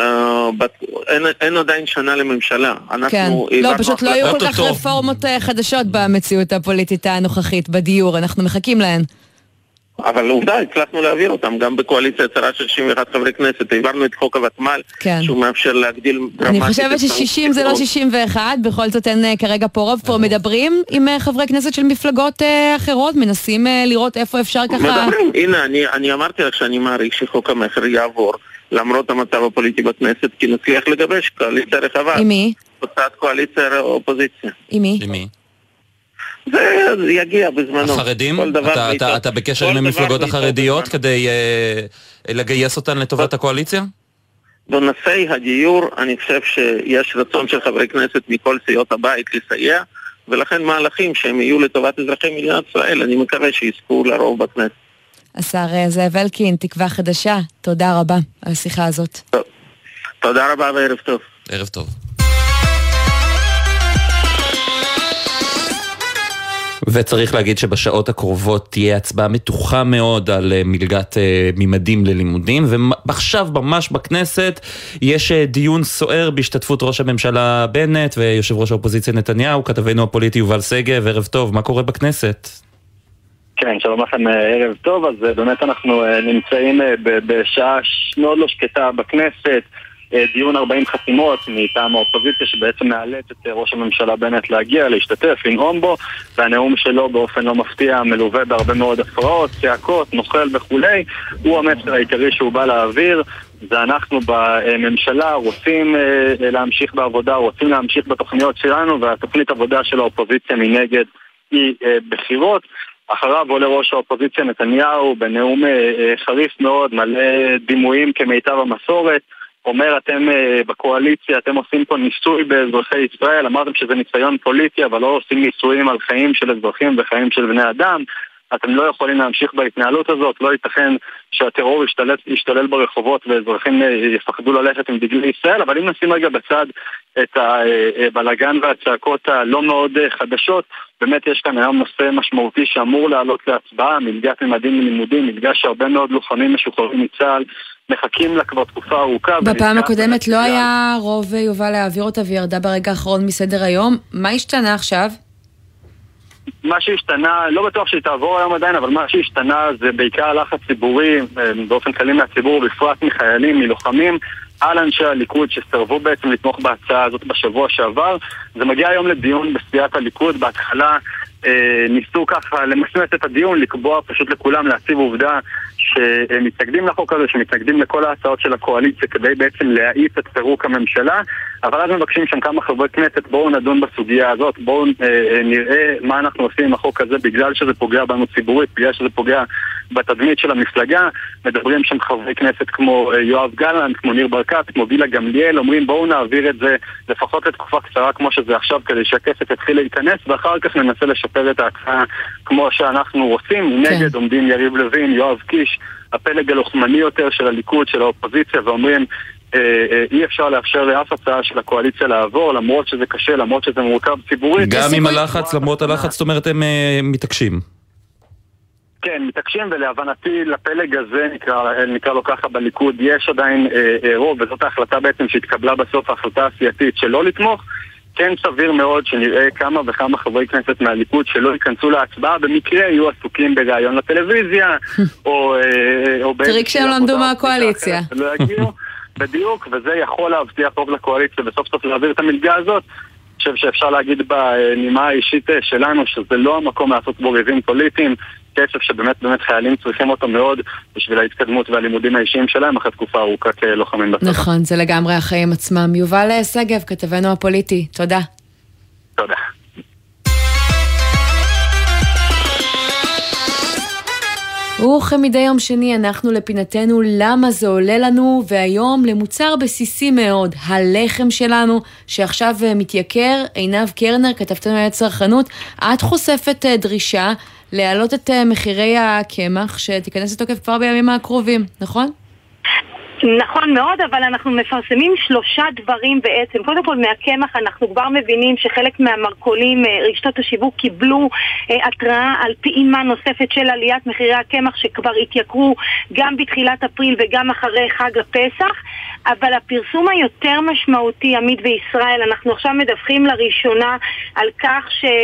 אין עדיין שנה לממשלה. כן, לא, פשוט לא היו כל כך רפורמות חדשות במציאות הפוליטית הנוכחית, בדיור, אנחנו מחכים להן. אבל עובדה, הצלחנו להעביר אותם, גם בקואליציה צרה של שישים ואחד חברי כנסת, העברנו את חוק הוותמ"ל, כן. שהוא מאפשר להגדיל דרמטית. אני חושבת ש-שישים זה לא שישים ואחת, בכל זאת אין כרגע פה רוב, פה מדברים עם חברי כנסת של מפלגות אחרות, מנסים לראות איפה אפשר ככה... מדברים, הנה, אני, אני אמרתי לך שאני מעריך שחוק המחר יעבור, למרות המצב הפוליטי בכנסת, כי נצליח לגבש קואליציה רחבה. עם מי? הוצאת קואליציה אופוזיציה. עם מי? עם מי? זה יגיע בזמנו. החרדים? אתה, אתה, אתה בקשר עם המפלגות החרדיות כדי uh, לגייס אותן לטובת הקואליציה? בנושאי הדיור אני חושב שיש רצון של חברי כנסת מכל סיעות הבית לסייע, ולכן מהלכים שהם יהיו לטובת אזרחי מדינת ישראל, אני מקווה שיזכו לרוב בכנסת. השר זאב אלקין, תקווה חדשה, תודה רבה על השיחה הזאת. טוב. תודה רבה וערב טוב. ערב טוב. וצריך להגיד שבשעות הקרובות תהיה הצבעה מתוחה מאוד על מלגת מימדים ללימודים, ועכשיו ממש בכנסת יש דיון סוער בהשתתפות ראש הממשלה בנט ויושב ראש האופוזיציה נתניהו, כתבנו הפוליטי יובל סגב. ערב טוב, מה קורה בכנסת? כן, שלום לכם, ערב טוב. אז באמת אנחנו נמצאים בשעה מאוד לא שקטה בכנסת, דיון ארבעים חתימות מטעם האופוזיציה שבעצם מאלץ את ראש הממשלה בנט להגיע, להשתתף, לנאום בו, והנאום שלו באופן לא מפתיע מלווה בהרבה מאוד הפרעות, צעקות, נוכל וכולי. הוא המסר העיקרי שהוא בא להעביר, זה אנחנו בממשלה רוצים להמשיך בעבודה, רוצים להמשיך בתוכניות שלנו, והתוכנית עבודה של האופוזיציה מנגד היא בחירות. אחריו עולה ראש האופוזיציה נתניהו בנאום חריף מאוד, מלא דימויים כמיטב המסורת, אומר אתם בקואליציה, אתם עושים פה ניסוי באזרחי ישראל, אמרתם שזה ניסיון פוליטי, אבל לא עושים ניסויים על חיים של אזרחים וחיים של בני אדם, אתם לא יכולים להמשיך בהתנהלות הזאת, לא ייתכן שהטרור ישתלל, ישתלל ברחובות ואזרחים יפחדו ללכת עם דגלי ישראל, אבל אם נשים רגע בצד את הבלגן והצעקות הלא מאוד חדשות, באמת יש כאן היום נושא משמעותי שאמור לעלות להצבעה, מלגת ממדים ללימודים, מלגה שהרבה מאוד לוחמים משוחררים מצה"ל מחכים לה כבר תקופה ארוכה. בפעם הקודמת לא היה רוב יובל להעביר אותה וירדה ברגע האחרון מסדר היום. מה השתנה עכשיו? מה שהשתנה, לא בטוח שהיא תעבור היום עדיין, אבל מה שהשתנה זה בעיקר לחץ ציבורי, באופן כללי מהציבור, בפרט מחיילים, מלוחמים, על אנשי הליכוד שסרבו בעצם לתמוך בהצעה הזאת בשבוע שעבר. זה מגיע היום לדיון בסיעת הליכוד. בהתחלה אה, ניסו ככה למסמס את הדיון, לקבוע פשוט לכולם, להציב עובדה שמתנגדים לחוק הזה, שמתנגדים לכל ההצעות של הקואליציה כדי בעצם להאיץ את פירוק הממשלה. אבל אז מבקשים שם כמה חברי כנסת, בואו נדון בסוגיה הזאת, בואו אה, נראה מה אנחנו עושים עם החוק הזה, בגלל שזה פוגע בנו ציבורית, בגלל שזה פוגע בתדמית של המפלגה. מדברים שם חברי כנסת כמו אה, יואב גלנט, כמו ניר ברקת, כמו גילה גמליאל, אומרים בואו נעביר את זה לפחות לתקופה קצרה כמו שזה עכשיו, כדי שהכסף יתחיל להיכנס, ואחר כך ננסה לשפר את ההצעה כמו שאנחנו רוצים. כן. נגד עומדים יריב לוין, יואב קיש, הפלג הלוחמני יותר של הליכוד, של האופוזיציה, ואומרים אי אפשר לאפשר לאף הצעה של הקואליציה לעבור, למרות שזה קשה, למרות שזה מורכב ציבורית. גם עם הלחץ, למרות הלחץ, זאת אומרת, הם מתעקשים. כן, מתעקשים, ולהבנתי לפלג הזה, נקרא, נקרא לו ככה בליכוד, יש עדיין אה, רוב, וזאת ההחלטה בעצם שהתקבלה בסוף, ההחלטה הסיעתית שלא לתמוך. כן סביר מאוד שנראה כמה וכמה חברי כנסת מהליכוד שלא ייכנסו להצבעה, במקרה יהיו עסוקים בראיון לטלוויזיה, או... או טריק שהם למדו מהקואליציה. לא יגיעו, בדיוק, וזה יכול להבטיח רוב לקואליציה, וסוף סוף להעביר את המלגה הזאת. אני חושב שאפשר להגיד בנימה האישית שלנו, שזה לא המקום לעשות בו ריבים פוליטיים, כסף שבאמת באמת חיילים צריכים אותו מאוד בשביל ההתקדמות והלימודים האישיים שלהם אחרי תקופה ארוכה כלוחמים בצבא. נכון, זה לגמרי החיים עצמם. יובל סגב, כתבנו הפוליטי, תודה. תודה. וכמדי יום שני אנחנו לפינתנו למה זה עולה לנו, והיום למוצר בסיסי מאוד, הלחם שלנו שעכשיו מתייקר. עינב קרנר, כתבתנו על הצרכנות, את חושפת דרישה להעלות את מחירי הקמח שתיכנס לתוקף כבר בימים הקרובים, נכון? נכון מאוד, אבל אנחנו מפרסמים שלושה דברים בעצם. קודם כל, מהקמח אנחנו כבר מבינים שחלק מהמרכולים, רשתות השיווק, קיבלו אה, התראה על פעימה נוספת של עליית מחירי הקמח שכבר התייקרו גם בתחילת אפריל וגם אחרי חג הפסח. אבל הפרסום היותר משמעותי, עמית וישראל, אנחנו עכשיו מדווחים לראשונה על כך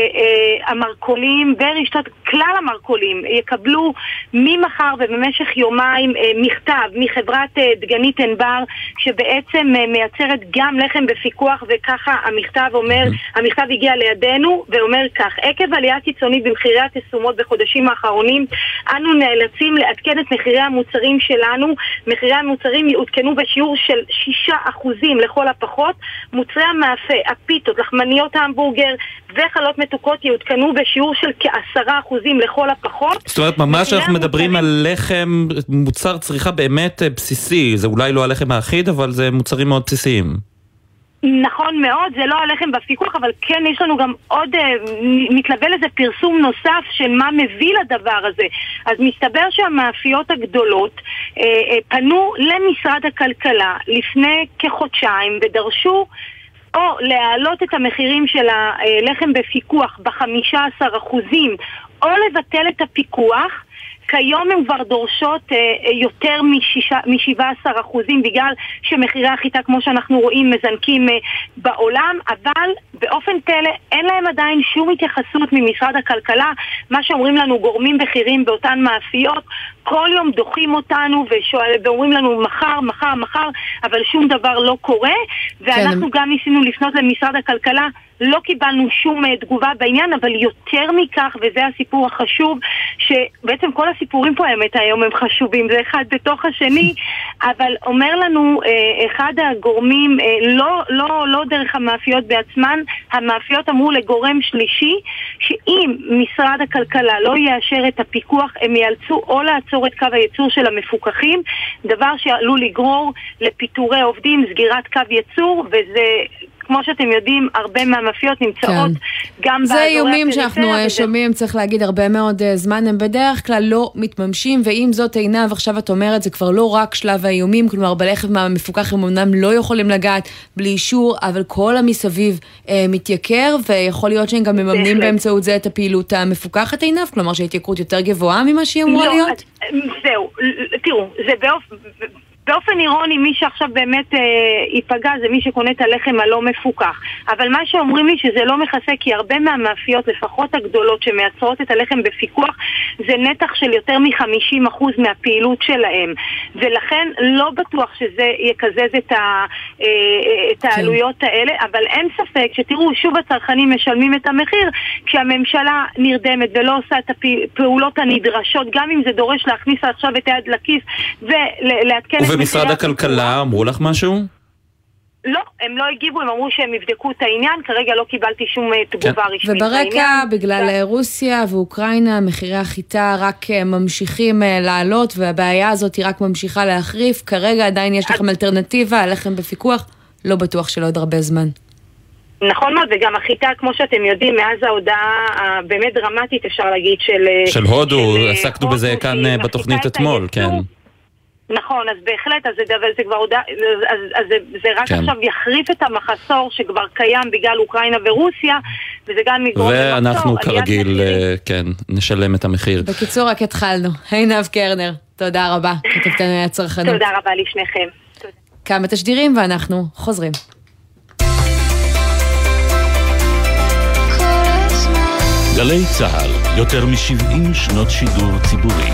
שהמרכולים ורשתות כלל המרכולים יקבלו ממחר ובמשך יומיים מכתב מחברת דגנית ענבר, שבעצם מייצרת גם לחם בפיקוח, וככה המכתב אומר, המכתב הגיע לידינו ואומר כך: עקב עלייה קיצונית במחירי התשומות בחודשים האחרונים, אנו נאלצים לעדכן את מחירי המוצרים שלנו. מחירי המוצרים יעודכנו בשיעור של שישה אחוזים לכל הפחות. מוצרי המאפה, הפיתות, לחמניות ההמבורגר וחלות מתוקות יעודכנו בשיעור של כעשרה אחוזים לכל הפחות. זאת אומרת, ממש אנחנו מדברים על לחם, מוצר צריכה באמת בסיסי. זה אולי לא הלחם האחיד, אבל זה מוצרים מאוד בסיסיים. נכון מאוד, זה לא הלחם בפיקוח, אבל כן יש לנו גם עוד, מתלווה לזה פרסום נוסף של מה מביא לדבר הזה. אז מסתבר שהמאפיות הגדולות אה, אה, פנו למשרד הכלכלה לפני כחודשיים ודרשו או להעלות את המחירים של הלחם בפיקוח ב-חמישה עשר אחוזים או לבטל את הפיקוח. כיום הם כבר דורשות אה, יותר מ-שבעה עשר אחוזים בגלל שמחירי החיטה כמו שאנחנו רואים מזנקים אה, בעולם, אבל באופן פלא אין להם עדיין שום התייחסות ממשרד הכלכלה. מה שאומרים לנו גורמים בכירים באותן מאפיות, כל יום דוחים אותנו ושואל, ואומרים לנו מחר, מחר, מחר, אבל שום דבר לא קורה. ואנחנו כן. גם ניסינו לפנות למשרד הכלכלה, לא קיבלנו שום תגובה בעניין, אבל יותר מכך, וזה הסיפור החשוב, שבעצם כל הסיפורים פה האמת היום הם חשובים, זה אחד בתוך השני, אבל אומר לנו אחד הגורמים, לא, לא, לא דרך המאפיות בעצמן, המאפיות אמרו לגורם שלישי, שאם משרד הכלכלה לא יאשר את הפיקוח, הם יאלצו או לעצור את קו הייצור של המפוקחים, דבר שעלול לגרור לפיטורי עובדים, סגירת קו ייצור, וזה... כמו שאתם יודעים, הרבה מהמאפיות נמצאות כן. גם זה איומים שאנחנו וזה... שומעים, צריך להגיד, הרבה מאוד זמן, הם בדרך כלל לא מתממשים, ואם זאת עינב, עכשיו את אומרת, זה כבר לא רק שלב האיומים, כלומר, בלחם מהמפוקח הם אמנם לא יכולים לגעת בלי אישור, אבל כל המסביב אה, מתייקר, ויכול להיות שהם גם מממנים באמצעות זה את הפעילות המפוקחת עינב, כלומר שההתייקרות יותר גבוהה ממה שהיא אמורה לא, להיות? זהו, תראו, זה באופן... באופן אירוני, מי שעכשיו באמת אה, ייפגע זה מי שקונה את הלחם הלא מפוקח. אבל מה שאומרים לי שזה לא מכסה, כי הרבה מהמאפיות, לפחות הגדולות שמייצרות את הלחם בפיקוח, זה נתח של יותר מ-חמישים אחוז מהפעילות שלהם. ולכן לא בטוח שזה יקזז את, ה, אה, את העלויות האלה, אבל אין ספק שתראו, שוב הצרכנים משלמים את המחיר, כשהממשלה נרדמת ולא עושה את הפעולות הנדרשות, גם אם זה דורש להכניס עכשיו את היד לכיס ולעדכן את ובמשרד הכלכלה אמרו לך משהו? לא, הם לא הגיבו, הם אמרו שהם יבדקו את העניין, כרגע לא קיבלתי שום תגובה רשמית. וברקע, בגלל רוסיה ואוקראינה, מחירי החיטה רק ממשיכים לעלות, והבעיה הזאת היא רק ממשיכה להחריף. כרגע עדיין יש לכם אלטרנטיבה, הלחם בפיקוח, לא בטוח שלא עוד הרבה זמן. נכון מאוד, וגם החיטה, כמו שאתם יודעים, מאז ההודעה באמת דרמטית, אפשר להגיד, של... של הודו, עסקנו בזה כאן בתוכנית אתמול, כן. נכון, אז בהחלט, אז זה, זה כבר הודעה, אז, אז זה, זה רק כן. עכשיו יחריף את המחסור שכבר קיים בגלל אוקראינה ורוסיה, וזה גם מגרום למחסור. ואנחנו כרגיל, כן, נשלם את המחיר. בקיצור, רק התחלנו. עינב קרנר, תודה רבה, כתבתנו הצרכנות. תודה רבה לשניכם. תודה. כמה תשדירים ואנחנו חוזרים. גלי צהל, יותר מ-שבעים שנות שידור ציבורי.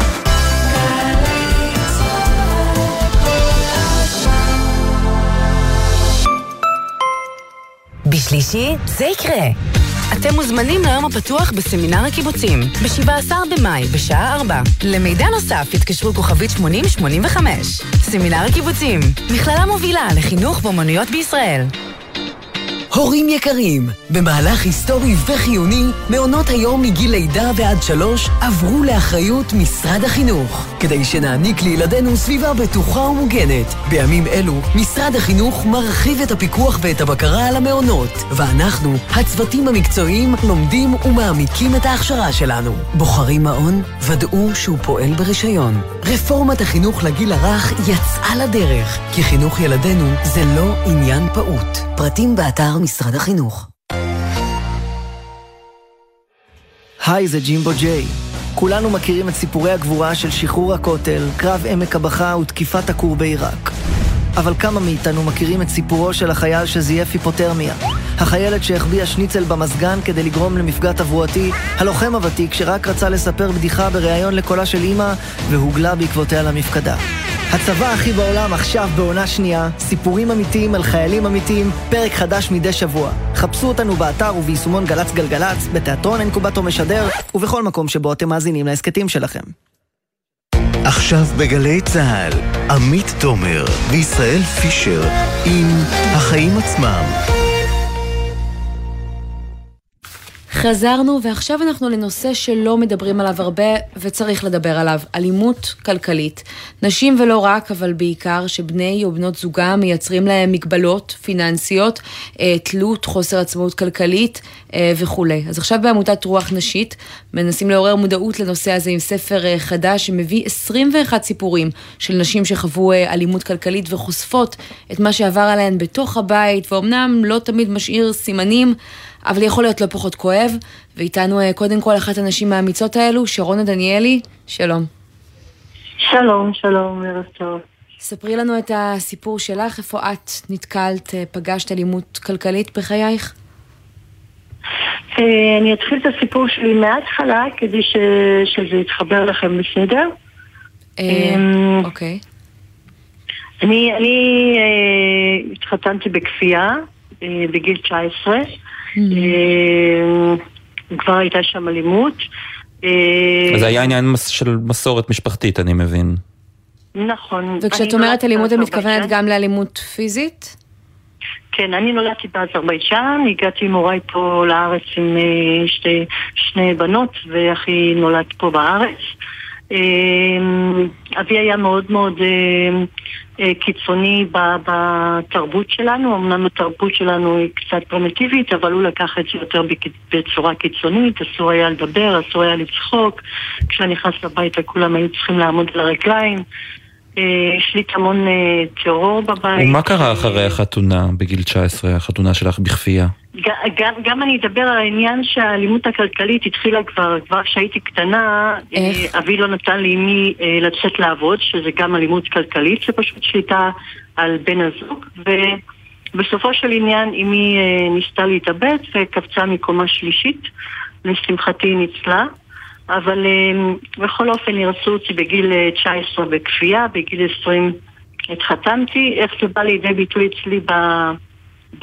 בשלישי זה יקרה. אתם מוזמנים ליום הפתוח בסמינר הקיבוצים, ב-שבעה עשר במאי, בשעה ארבע. למידע נוסף התקשרו כוכבית שמונים שמונים וחמש. סמינר הקיבוצים, מכללה מובילה לחינוך באמנויות בישראל. הורים יקרים, במהלך היסטורי וחיוני, מעונות היום מגיל לידה ועד שלוש עברו לאחריות משרד החינוך, כדי שנעניק לילדינו סביבה בטוחה ומוגנת. בימים אלו, משרד החינוך מרחיב את הפיקוח ואת הבקרה על המעונות, ואנחנו, הצוותים המקצועיים, לומדים ומעמיקים את ההכשרה שלנו. בוחרים מעון, ודאו שהוא פועל ברישיון. רפורמת החינוך לגיל הרך יצאה לדרך, כי חינוך ילדינו זה לא עניין פעוט. פרטים באתר משרד החינוך. היי, זה ג'ימבו ג'יי. כולנו מכירים את סיפורי הגבורה של שחרור הכותל, קרב עמק הבכה ותקיפת הכור בעיראק. אבל כמה מאיתנו מכירים את סיפורו של החייל שזייף היפותרמיה? החיילת שהחביאה שניצל במסגן כדי לגרום למפגע תברואתי, הלוחם הוותיק שרק רצה לספר בדיחה בריאיון לקולה של אמא והוגלה בעקבותיה למפקדה. הצבא הכי בעולם עכשיו בעונה שנייה, סיפורים אמיתיים על חיילים אמיתיים, פרק חדש מדי שבוע. חפשו אותנו באתר וביישומון גלץ גלגלץ, בתיאטרון אינקובטור משדר, ובכל מקום שבו אתם מאזינים להסקטים שלכם. עכשיו בגלי צהל, עמית תומר וישראל פישר עם החיים עצמם. חזרנו, ועכשיו אנחנו לנושא שלא מדברים עליו הרבה וצריך לדבר עליו, אלימות כלכלית. נשים ולא רק, אבל בעיקר שבני או בנות זוגה מייצרים להם מגבלות פיננסיות, תלות, חוסר עצמאות כלכלית וכו'. אז עכשיו בעמותת רוח נשית מנסים לעורר מודעות לנושא הזה עם ספר חדש שמביא עשרים ואחד סיפורים של נשים שחוו אלימות כלכלית וחושפות את מה שעבר עליהן בתוך הבית, ואומנם לא תמיד משאיר סימנים, אבל יכול להיות לא פחות כואב. ואיתנו קודם כל אחת הנשים האמיצות האלו, שרונה דניאלי, שלום. שלום, שלום, ערב טוב. ספרי לנו את הסיפור שלך, איפה את נתקלת, פגשת אלימות כלכלית בחייך? אני אתחיל את הסיפור שלי מההתחלה, כדי שזה יתחבר לכם בסדר. אוקיי. אני התחתנתי בכפייה בגיל תשע עשרה. כבר הייתה שם אלימות. אז היה עניין של מסורת משפחתית, אני מבין. נכון. וכשאת אומרת אלימות, את מתכוונת גם לאלימות פיזית? כן, אני נולדתי באזרבייג'אן, הגעתי עם הוריי פה לארץ עם שתי, שני בנות, ואחי נולד פה בארץ. אבי היה מאוד מאוד קיצוני בתרבות שלנו, אמנם התרבות שלנו היא קצת פרימיטיבית, אבל הוא לקח את זה יותר בצורה קיצונית, אסור היה לדבר, אסור היה לצחוק, כשנכנס לביתה כולם היו צריכים לעמוד על הרגליים, יש לי המון טרור בבית. ומה קרה אחרי החתונה, בגיל תשע עשרה, החתונה שלך בכפייה? גם, גם אני אדבר על העניין שהאלימות הכלכלית התחילה כבר, כבר כשהייתי קטנה, איך? אבי לא נתן לי מי לצאת לעבוד, שזה גם אלימות כלכלית, זה פשוט שליטה על בן הזוג, ובסופו של עניין אמי ניסתה להתאבד וקפצה מקומה שלישית, לשמחתי היא ניצלה, אבל בכל אופן ירצו אותי בגיל תשע עשרה בכפייה, בגיל עשרים התחתנתי, איך זה בא לידי ביטוי אצלי ב... ב...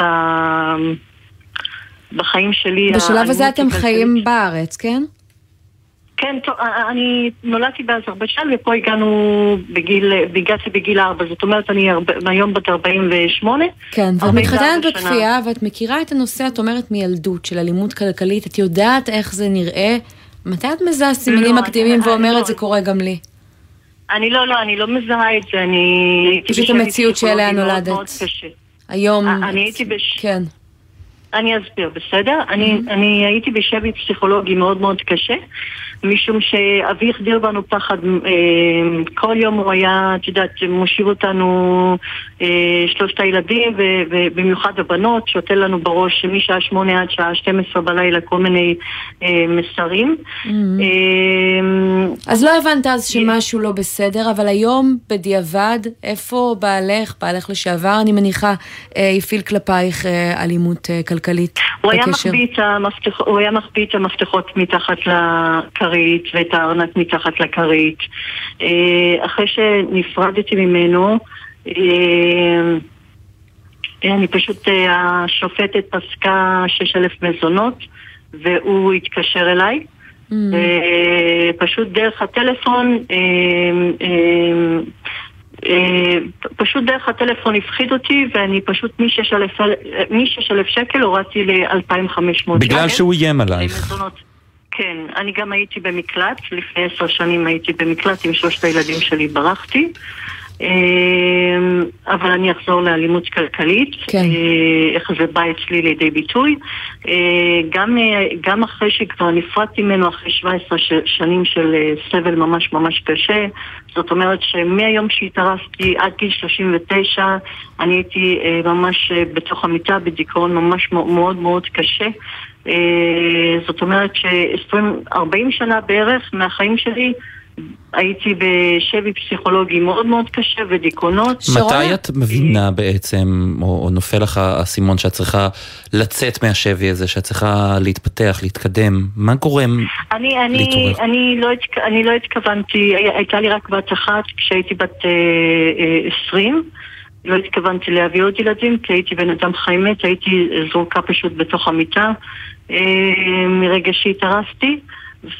בחיים שלי. בשלב הזה אתם חיים בארץ, כן? כן, טוב, אני נולדתי באזרבייג'אן ופה הגענו בגיל, הגעתי בגיל ארבע, זאת אומרת אני היום בת ארבעים ושמונה. כן, ואת מתחתנת בכפייה ואת מכירה את הנושא, את אומרת מילדות של אלימות כלכלית, את יודעת איך זה נראה, מתי את מזהה סימנים מקדימים ואומרת זה קורה גם לי? אני לא, לא, אני לא מזהה את זה, אני... פשוט המציאות שאליה נולדת. היום... אני הייתי בש... כן. אני אסביר, בסדר? אני, אני הייתי בשבי פסיכולוגי מאוד מאוד קשה, משום שאבי החדיר בנו פחד, כל יום הוא היה, את יודעת, מושיב אותנו שלושת הילדים, ובמיוחד הבנות, שותה לנו בראש משעה שמונה עד שעה שתים עשרה בלילה כל מיני מסרים. אז לא הבנת אז שמשהו לא בסדר, אבל היום בדיעבד, איפה בעלך, בעלך לשעבר, אני מניחה, יפיל כלפייך אלימות כלכלית בקשר? הוא היה מחביא את המפתחות מתחת לכרית ואת הארנק מתחת לכרית. אחרי שנפרדתי ממנו, אני פשוט, השופטת פסקה שש אלף מזונות והוא התקשר אליי פשוט דרך הטלפון, פשוט דרך הטלפון הפחיד אותי ואני פשוט משש אלף שקל הורדתי ל-אלפיים וחמש מאות. בגלל שהוא איים עלייך. כן, אני גם הייתי במקלט, לפני עשר שנים הייתי במקלט עם שלושת הילדים שלי, ברחתי, אבל אני אחזור לאלימות כלכלית, כן. איך זה בא אצלי לידי ביטוי, גם, גם אחרי שכבר נפרדתי ממנו, אחרי שבע עשרה שנים של סבל ממש ממש קשה, זאת אומרת שמהיום שהתארסתי עד גיל שלושים ותשע, אני הייתי ממש בתוך המיטה, בדיכאון ממש מאוד מאוד קשה, זאת אומרת ש-עשרים ארבעים שנה בערך מהחיים שלי הייתי בשבי פסיכולוגי מאוד מאוד קשה ודיכאונות. מתי את מבינה בעצם, או, או נופל לך הסימון שאת צריכה לצאת מהשבי הזה, שאת צריכה להתפתח, להתקדם? מה גורם אני, אני, להתעורר? אני לא, אני לא התכוונתי, הייתה לי רק בת אחת כשהייתי בת אה, אה, עשרים, לא התכוונתי להביא עוד ילדים, כי הייתי בן אדם חי מת, הייתי זרוקה פשוט בתוך המיטה, אה, מרגע שהתארסתי, ו...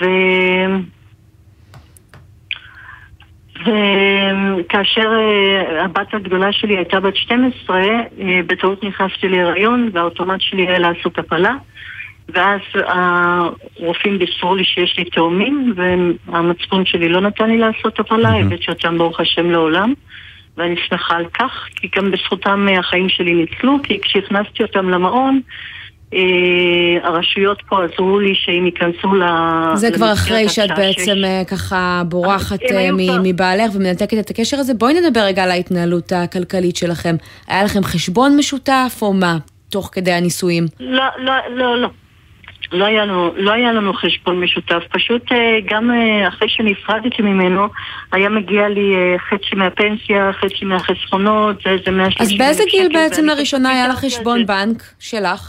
וכאשר הבת הגדולה שלי הייתה בת שתים עשרה, בטעות נכנסתי להיריון, והאוטומט שלי היה לעשות הפלה, ואז הרופאים בישרו לי שיש לי תאומים, והמצפון שלי לא נתן לי לעשות הפלה, הבאתי אותם ברוך השם לעולם, ואני שמחה על כך, כי גם בזכותם החיים שלי ניצלו, כי כשהכנסתי אותם למעון, הרשויות פה עזרו לי שהם ייכנסו ל... זה כבר אחרי שאת בעצם ככה בורחת מבעלך ומנתקת את הקשר הזה. בואי נדבר רגע על ההתנהלות הכלכלית שלכם. היה לכם חשבון משותף או מה? תוך כדי הנישואים? לא, לא, לא, לא. לא היה לנו, לא היה לנו חשבון משותף. פשוט גם אחרי שנפרדתי ממנו, היה מגיע לי חצי מהפנסיה, חצי מהחסכונות, זה איזה מאה שלושים. אז באיזה גיל בעצם לראשונה היה לך חשבון בנק שלך?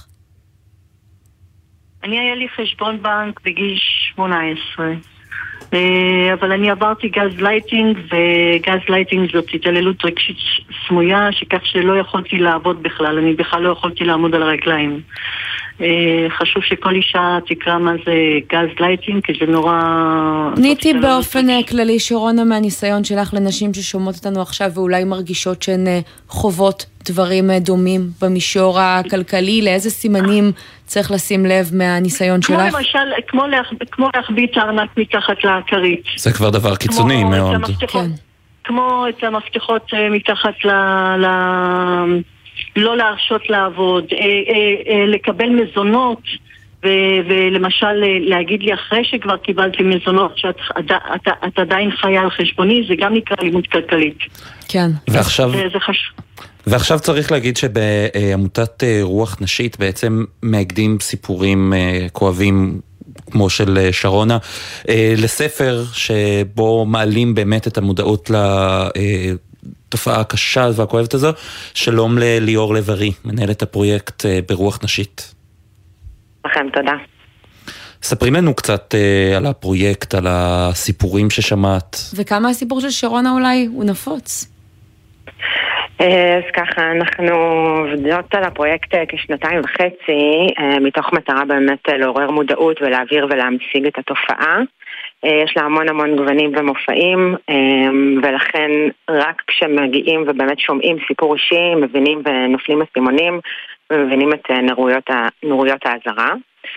אני היה לי חשבון בנק בגיל שמונה עשרה, אבל אני עברתי גז לייטינג, וגז לייטינג זאת התעללות רגשית סמויה, שכך שלא יכולתי לעבוד בכלל, אני בכלל לא יכולתי לעמוד על הרגליים. חשוב שכל אישה תקרא מה זה גז לייטינג, כי זה נורא... ניתי באופן כללי, שרונה, מהניסיון שלך לנשים ששומעות אותנו עכשיו ואולי מרגישות שהן חוות דברים דומים במישור הכלכלי, לאיזה סימנים צריך לשים לב מהניסיון שלך? כמו למשל, כמו, לה, כמו להחביא את הארנק מתחת לכרית. זה כבר דבר קיצוני מאוד. כן. כמו את המפתחות מתחת ל... ל... לא להרשות לעבוד, אה, אה, אה, לקבל מזונות ולמשל להגיד לי אחרי שכבר קיבלתי מזונות שאת את, את עדיין חיה על חשבוני, זה גם נקרא אלימות כלכלית. כן. ועכשיו, זה, זה חשוב. ועכשיו צריך להגיד שבעמותת רוח נשית בעצם מאגדים סיפורים כואבים כמו של שרונה, לספר שבו מעלים באמת את המודעות לתופעה הקשה והכואבת הזו. שלום לליאור לב-ארי, מנהלת הפרויקט ברוח נשית. לכם, תודה. ספרים לנו קצת uh, על הפרויקט, על הסיפורים ששמעת. וכמה הסיפור של שרונה אולי הוא נפוץ? אז ככה, אנחנו עובדות על הפרויקט כשנתיים וחצי, מתוך מטרה באמת לעורר מודעות ולהעביר ולהמשיג את התופעה. יש לה המון המון גוונים ומופעים, ולכן רק כשמגיעים ובאמת שומעים סיפור אישי, מבינים ונופלים הסימונים, ומבינים את נרויות, נרויות האזהרה.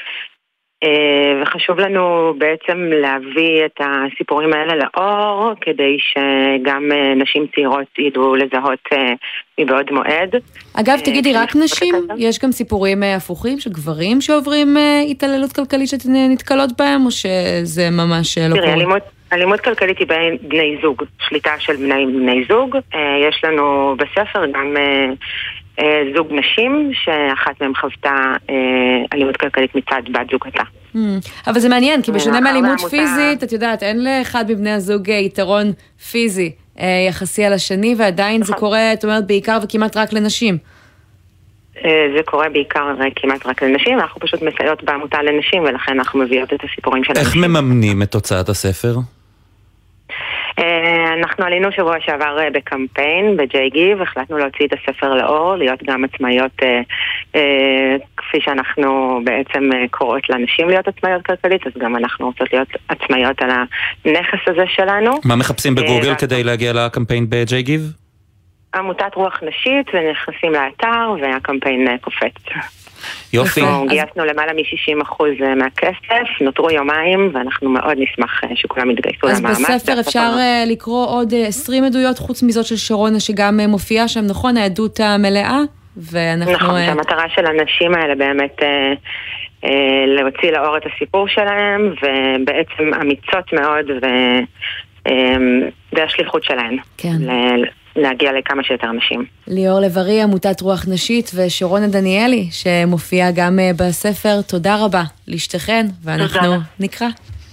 וחשוב לנו בעצם להביא את הסיפורים האלה לאור, כדי שגם נשים צעירות ידעו לזהות מבעוד מועד. אגב, תגידי, רק נשים? יש גם סיפורים הפוכים של גברים שעוברים התעללות כלכלית שנתקלות בהם, או שזה ממש לא קורה? תראי, אלימות, אלימות כלכלית היא בין בני זוג, שליטה של בני, בני זוג. יש לנו בספר גם זוג נשים, שאחת מהם חוותה אלימות כלכלית מצד בת זוגתה. אבל זה מעניין, כי בשונה מאלימות פיזית, את יודעת, אין לאחד מבני הזוג יתרון פיזי יחסי על השני, ועדיין זה קורה, את אומרת, בעיקר וכמעט רק לנשים. זה קורה בעיקר כמעט רק לנשים, אנחנו פשוט מסייעות בעמותה לנשים, ולכן אנחנו מביאות את הסיפורים של איך מממנים את תוצאת הספר? אנחנו עלינו שבוע שעבר בקמפיין, בג'יי גיב, החלטנו להוציא את הספר לאור, להיות גם עצמאיות, כפי שאנחנו בעצם קוראות לאנשים להיות עצמאיות כלכלית, אז גם אנחנו רוצות להיות עצמאיות על הנכס הזה שלנו. מה מחפשים בגוגל כדי להגיע לקמפיין בג'יי גיב? עמותת רוח נשית, ונכנסים לאתר, והקמפיין קופץ. יופי. אנחנו גייסנו למעלה מ-שישים אחוז מהכסף, נותרו יומיים, ואנחנו מאוד נשמח שכולם יתגייסו למאמץ. אז בספר אפשר לקרוא עוד עשרים עדויות, חוץ מזאת של שרונה, שגם מופיעה שם, נכון? העדות המלאה? נכון, שהמטרה של האנשים האלה באמת להוציא לאור את הסיפור שלהם, ובעצם אמיצות מאוד, וזה השליחות שלהן. כן. להגיע לכמה שיותר אנשים. ליאור לב-ארי, עמותת רוח נשית, ושרונה דניאלי, שמופיעה גם בספר. תודה רבה לשתיכן, ואנחנו תודה. נקרא.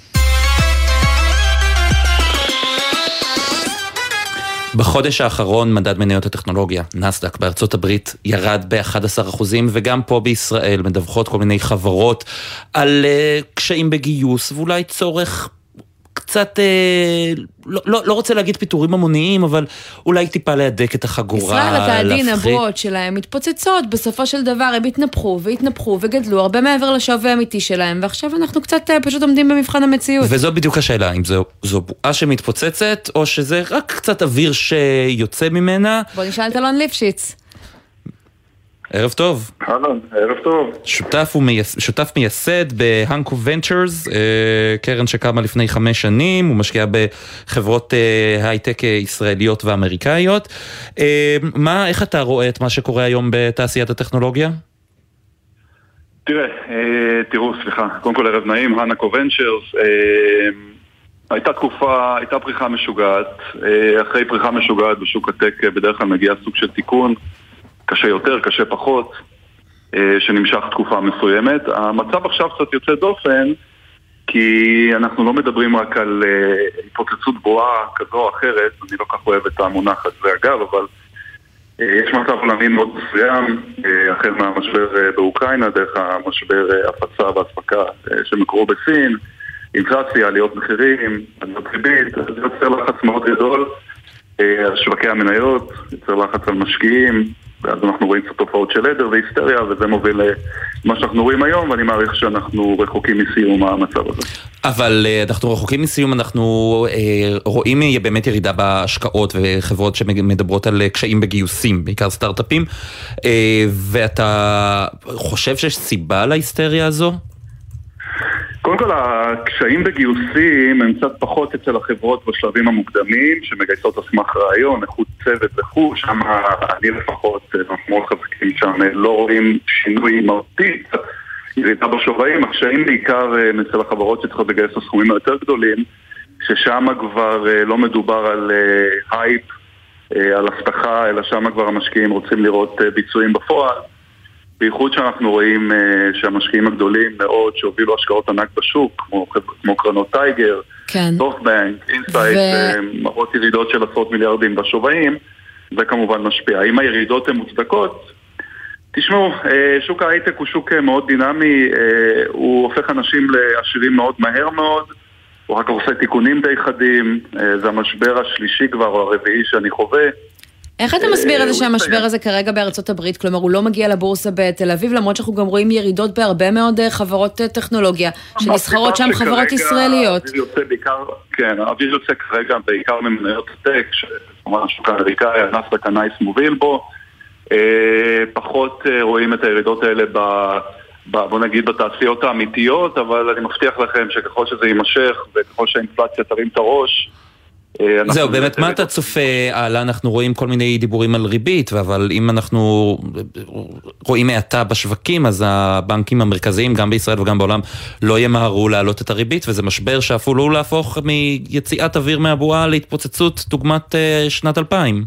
בחודש האחרון מדד מניות הטכנולוגיה, נסדק בארצות הברית, ירד ב-אחד עשר אחוזים, וגם פה בישראל מדווחות כל מיני חברות על uh, קשיים בגיוס, ואולי צורך קצת, אה, לא, לא, לא רוצה להגיד פיתורים המוניים, אבל אולי טיפה להדק את החגורה. ישראל התעדין הברואות שלהם מתפוצצות, בסופו של דבר הם התנפחו והתנפחו וגדלו הרבה מעבר לשווי האמיתי שלהם, ועכשיו אנחנו קצת אה, פשוט עומדים במבחן המציאות. וזו בדיוק השאלה, אם זו, זו בועה שמתפוצצת, או שזה רק קצת אוויר שיוצא ממנה. בוא נשאל את אלון ליפשיץ. ערב טוב. אהלן, ערב טוב. שותף, ומייס, שותף מייסד בהנקו ונצ'רס, קרן שקמה לפני חמש שנים, הוא משקיע בחברות הייטק ישראליות ואמריקאיות. מה, איך אתה רואה את מה שקורה היום בתעשיית הטכנולוגיה? תראה, תראו, סליחה, קודם כל ערב נעים, הנקו ונצ'רס, הייתה תקופה, הייתה פריחה משוגעת, אחרי פריחה משוגעת בשוק הטק בדרך כלל מגיע סוג של תיקון, קשה יותר, קשה פחות, שנמשך תקופה מסוימת. המצב עכשיו קצת יוצא דופן, כי אנחנו לא מדברים רק על התפוצצות בועה כזו או אחרת, אני לא כך אוהב את המונח הזה אגב, אבל יש מצב עולמי מאוד מסוים, החל מהמשבר באוקראינה, דרך המשבר הפצה והספקה שמקרו בסין, אינפלציה, עליות מחירים, עליות ריבית, זה יוצר לחץ מאוד גדול, שווקי המניות, יוצר לחץ על משקיעים, ואז אנחנו רואים קצת תופעות של עדר והיסטריה, וזה מוביל למה שאנחנו רואים היום, ואני מעריך שאנחנו רחוקים מסיום המצב הזה. אבל אנחנו רחוקים מסיום, אנחנו רואים באמת ירידה בהשקעות וחברות שמדברות על קשיים בגיוסים, בעיקר סטארט-אפים, ואתה חושב שיש סיבה להיסטריה הזו? קודם כל, הקשיים בגיוסים הם קצת פחות אצל החברות בשלבים המוקדמים, שמגייסות הסמך רעיון, איכות צוות וכו', שם אני לפחות, אנחנו מאוד חזקים שם, לא רואים שינוי מהותי, ירידה בשווים, הקשיים בעיקר אצל החברות שצריכות לגייס הסכומים היותר גדולים, ששם כבר לא מדובר על הייפ, על הבטחה, אלא שם כבר המשקיעים רוצים לראות ביצועים בפועל. בייחוד שאנחנו רואים שהמשקיעים הגדולים מאוד שהובילו השקעות ענק בשוק, כמו, כמו קרנות טייגר, כן. סופטבנק, אינסייט, ו... מראות ירידות של עשרות מיליארדים בשווים, זה כמובן משפיע. אם הירידות הן מוצדקות, תשמעו, שוק ההייטק הוא שוק מאוד דינמי, הוא הופך אנשים לעשירים מאוד מהר מאוד, הוא רק עושה תיקונים די חדים, זה המשבר השלישי כבר או הרביעי שאני חווה. איך אתה מסביר את זה שהמשבר הזה כרגע בארצות הברית? כלומר, הוא לא מגיע לבורסה בתל אביב, למרות שאנחנו גם רואים ירידות בהרבה מאוד חברות טכנולוגיה, שנסחרות שם חברות ישראליות. כן, האוויר יוצא כרגע בעיקר ממניות הטק, שכמובן השוק האמריקאי, הנאסד"ק הנייס מוביל בו, פחות רואים את הירידות האלה ב... בוא נגיד בתעשיות האמיתיות, אבל אני מבטיח לכם שככל שזה יימשך וככל שהאינפלציה תרים את הראש, זהו, באמת, מה אתה צופה? אנחנו רואים כל מיני דיבורים על ריבית, אבל אם אנחנו רואים מעטה בשווקים, אז הבנקים המרכזיים, גם בישראל וגם בעולם, לא ימהרו להעלות את הריבית, וזה משבר שאפילו להפוך מיציאת אוויר מהבועה להתפוצצות דוגמת שנת אלפיים.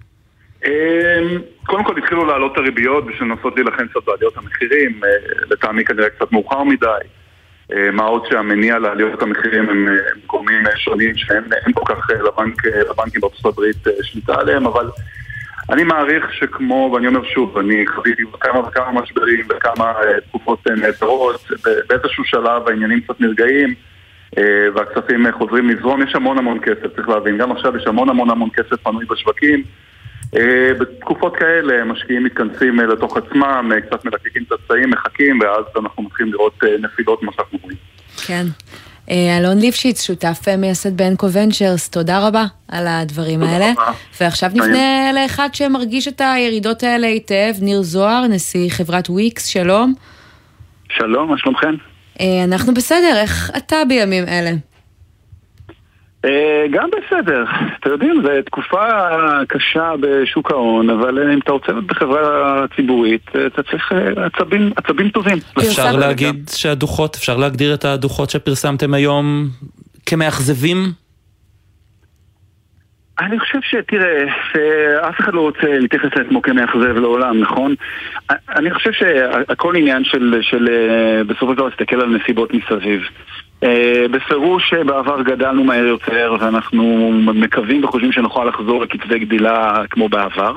קודם כל התחילו להעלות את הריביות בשביל לנסות להילחם קצת בעליות המחירים, לטעמי כנראה קצת מאוחר מדי. מה עוד שהמניע לעליות המחירים הם גורמים שונים שאין כל כך לבנק, לבנקים בארצות הברית שליטה עליהם, אבל אני מעריך שכמו, ואני אומר שוב, אני חוויתי כמה וכמה משברים וכמה תקופות נעזרות, באיזשהו שלב העניינים קצת נרגעים והכספים חוזרים לזרום, יש המון המון כסף, צריך להבין, גם עכשיו יש המון המון המון כסף פנוי בשווקים, בתקופות כאלה משקיעים מתכנסים לתוך עצמם, קצת מלקקים את הצעים, מחכים, ואז אנחנו מתחילים לראות נפילות מה שאנחנו רואים. כן. אלון ליפשיץ, שותף מייסד באנקו ונצ'רס, תודה רבה על הדברים האלה. ועכשיו נפנה לאחד שמרגיש את הירידות האלה היטב, ניר זוהר, נשיא חברת וויקס, שלום. שלום, מה שלומכם? אנחנו בסדר, איך אתה בימים אלה? גם בסדר, אתה יודעים, זו תקופה קשה בשוק ההון, אבל אם אתה רוצה בחברה ציבורית, אתה צריך עצבים, עצבים טובים. אפשר להגיד שהדוחות, אפשר להגדיר את הדוחות שפרסמתם היום כמאכזבים? אני חושב שתראה, אף אחד לא רוצה להתייחס לעצמו כמאכזב לעולם, נכון? אני חושב שהכל עניין של, של בסופו של דבר להסתכל על נסיבות מסביב. בפירוש בעבר גדלנו מהר יותר ואנחנו מקווים וחושבים שנוכל לחזור לקצבי גדילה כמו בעבר,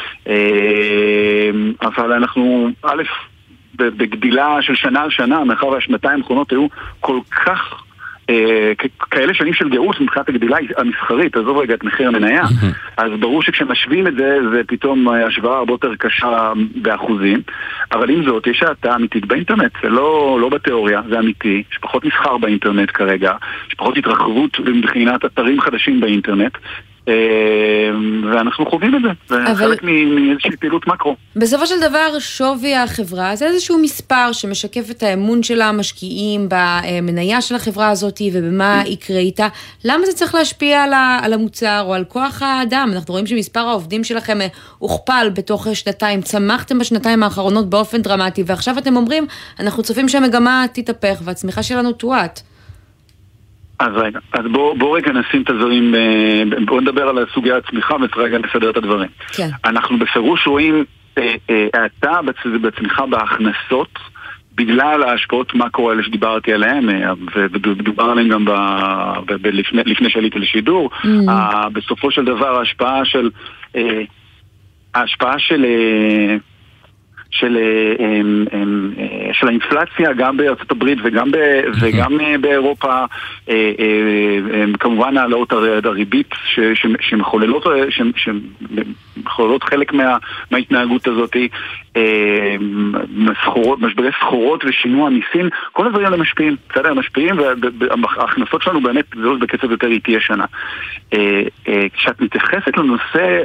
אבל אנחנו א' בגדילה של שנה על שנה, מאחר והשנתיים האחרונות היו כל כך כאלה שנים של גאות מבחינת הגדילה המסחרית, עזוב רגע את מחיר המניה, אז ברור שכשמשווים את זה, זה פתאום השוואה הרבה יותר קשה באחוזים, אבל עם זאת, יש האטה אמיתית באינטרנט, זה לא, לא בתיאוריה, זה אמיתי, יש פחות מסחר באינטרנט כרגע, יש פחות התרחבות מבחינת אתרים חדשים באינטרנט, ואנחנו חווים את זה, זה חלק מאיזושהי פעילות מקרו. בסופו של דבר שווי החברה זה איזשהו מספר שמשקף את האמון של המשקיעים במניה של החברה הזאת ובמה יקרה איתה. למה זה צריך להשפיע על המוצר או על כוח האדם? אנחנו רואים שמספר העובדים שלכם הוכפל בתוך שנתיים, צמחתם בשנתיים האחרונות באופן דרמטי, ועכשיו אתם אומרים אנחנו צופים שהמגמה תתהפך והצמיחה שלנו תועט. אז רגע, אז בואו בוא רגע נשים את הדברים, בואו נדבר על הסוגיה הצמיחה ורגע נסדר את הדברים. כן. אנחנו בפירוש רואים האטה בצמיחה בהכנסות, בגלל ההשפעות מקרו האלה שדיברתי עליהן, ודובר עליהן גם ב, ב, ב, לפני, לפני שעליתי לשידור, mm. בסופו של דבר ההשפעה של, ההשפעה של... של, של האינפלציה גם בארצות הברית וגם, ב, וגם באירופה, כמובן העלאות הריבית שמחוללות, שמחוללות חלק מה, מההתנהגות הזאת, מסחורות, משברי סחורות ושינוע מיסים, כל הדברים האלה משפיעים, בסדר, משפיעים, וההכנסות שלנו באמת זוז בקצב יותר איטי השנה. כשאת מתייחסת לנושא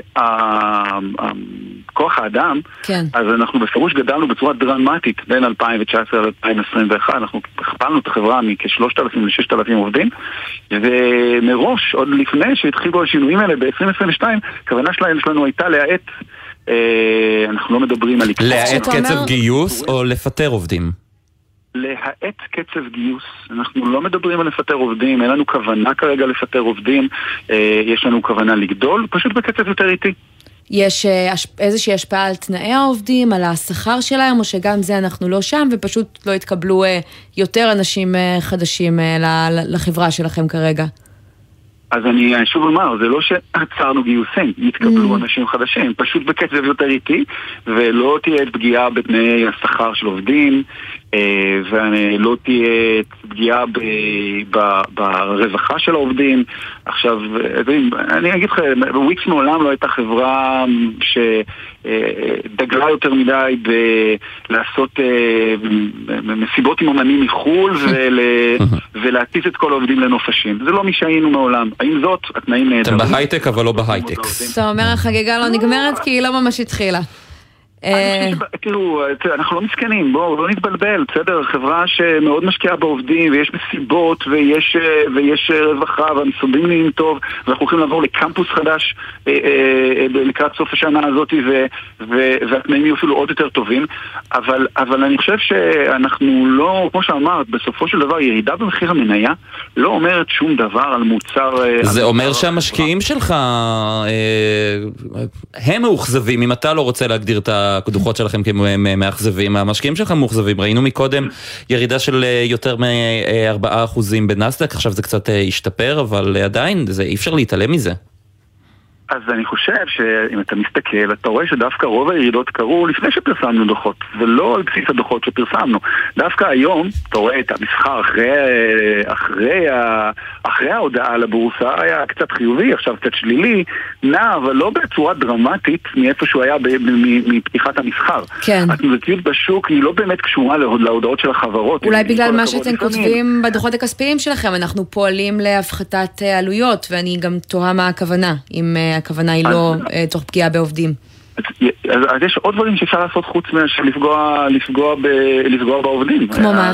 כוח האדם, כן. אז אנחנו בפירוש גדלנו בצורה דרמטית בין אלפיים תשע עשרה עד אלפיים עשרים ואחת, אנחנו הכפלנו את החברה מכ-שלושת אלפים ל-ששת אלפים עובדים, ומראש, עוד לפני שהתחילו השינויים האלה ב-עשרים עשרים ושתיים, הכוונה שלנו הייתה להאט, אנחנו לא מדברים על... להאט קצב גיוס או לפטר עובדים? להאט קצב גיוס. אנחנו לא מדברים על לפטר עובדים, אין לנו כוונה כרגע לפטר עובדים, יש לנו כוונה לגדול, פשוט בקצב יותר איטי. יש איזושהי השפעה על תנאי העובדים, על השכר שלהם, או שגם זה אנחנו לא שם, ופשוט לא התקבלו יותר אנשים חדשים לחברה שלכם כרגע? אז אני שוב אומר, זה לא שעצרנו גיוסים, יתקבלו mm. אנשים חדשים, פשוט בקצב יותר איטי, ולא תהיה פגיעה בתנאי השכר של עובדים, ולא תהיה פגיעה ב, ב, ברווחה של העובדים. עכשיו, אני אגיד לך, וויקס מעולם לא הייתה חברה שדגלה יותר מדי בלעשות מסיבות עם אומנים מחול ולהטיס את כל העובדים לנופשים. זה לא מי שהיינו מעולם. האם זאת, התנאים נהדרים. אתם בהייטק אבל לא בהייטק. אתה אומר, החגיגה לא נגמרת כי היא לא ממש התחילה. תראו, אנחנו לא מסכנים, בואו, לא נתבלבל, בסדר, חברה שמאוד משקיעה בעובדים ויש מסיבות ויש רווחה והמשרדים נהיים טוב ואנחנו הולכים לעבור לקמפוס חדש לקראת סוף השנה הזאת והתנאים יהיו אפילו עוד יותר טובים, אבל אני חושב שאנחנו לא, כמו שאמרת, בסופו של דבר ירידה במחיר המניה לא אומרת שום דבר על מוצר. זה אומר שהמשקיעים שלך הם מאוכזבים, אם אתה לא רוצה להגדיר את הדוחות שלכם כמאכזבים, המשקיעים שלכם מאוכזבים. ראינו מקודם ירידה של יותר מ-ארבעה אחוזים בנסדק, עכשיו זה קצת השתפר, אבל עדיין זה, אי אפשר להתעלם מזה. אז אני חושב שאם אתה מסתכל, אתה רואה שדווקא רוב הירידות קרו לפני שפרסמנו דוחות, ולא על בסיס הדוחות שפרסמנו. דווקא היום, אתה רואה את המסחר אחרי, אחרי, אחרי ההודעה לבורסה, היה קצת חיובי, עכשיו קצת שלילי, נע, אבל לא בצורה דרמטית מאיפה שהוא היה מפתיחת המסחר. כן. התנודתיות בשוק היא לא באמת קשורה להודעות של החברות. אולי בגלל מה שאתם כותבים בדוחות הכספיים שלכם, אנחנו פועלים להפחתת עלויות, ואני גם תוהה מה הכוונה, אם הכוונה היא לא תוך פגיעה בעובדים. אז יש עוד דברים שאפשר לעשות חוץ מאשר לפגוע בעובדים. כמו מה?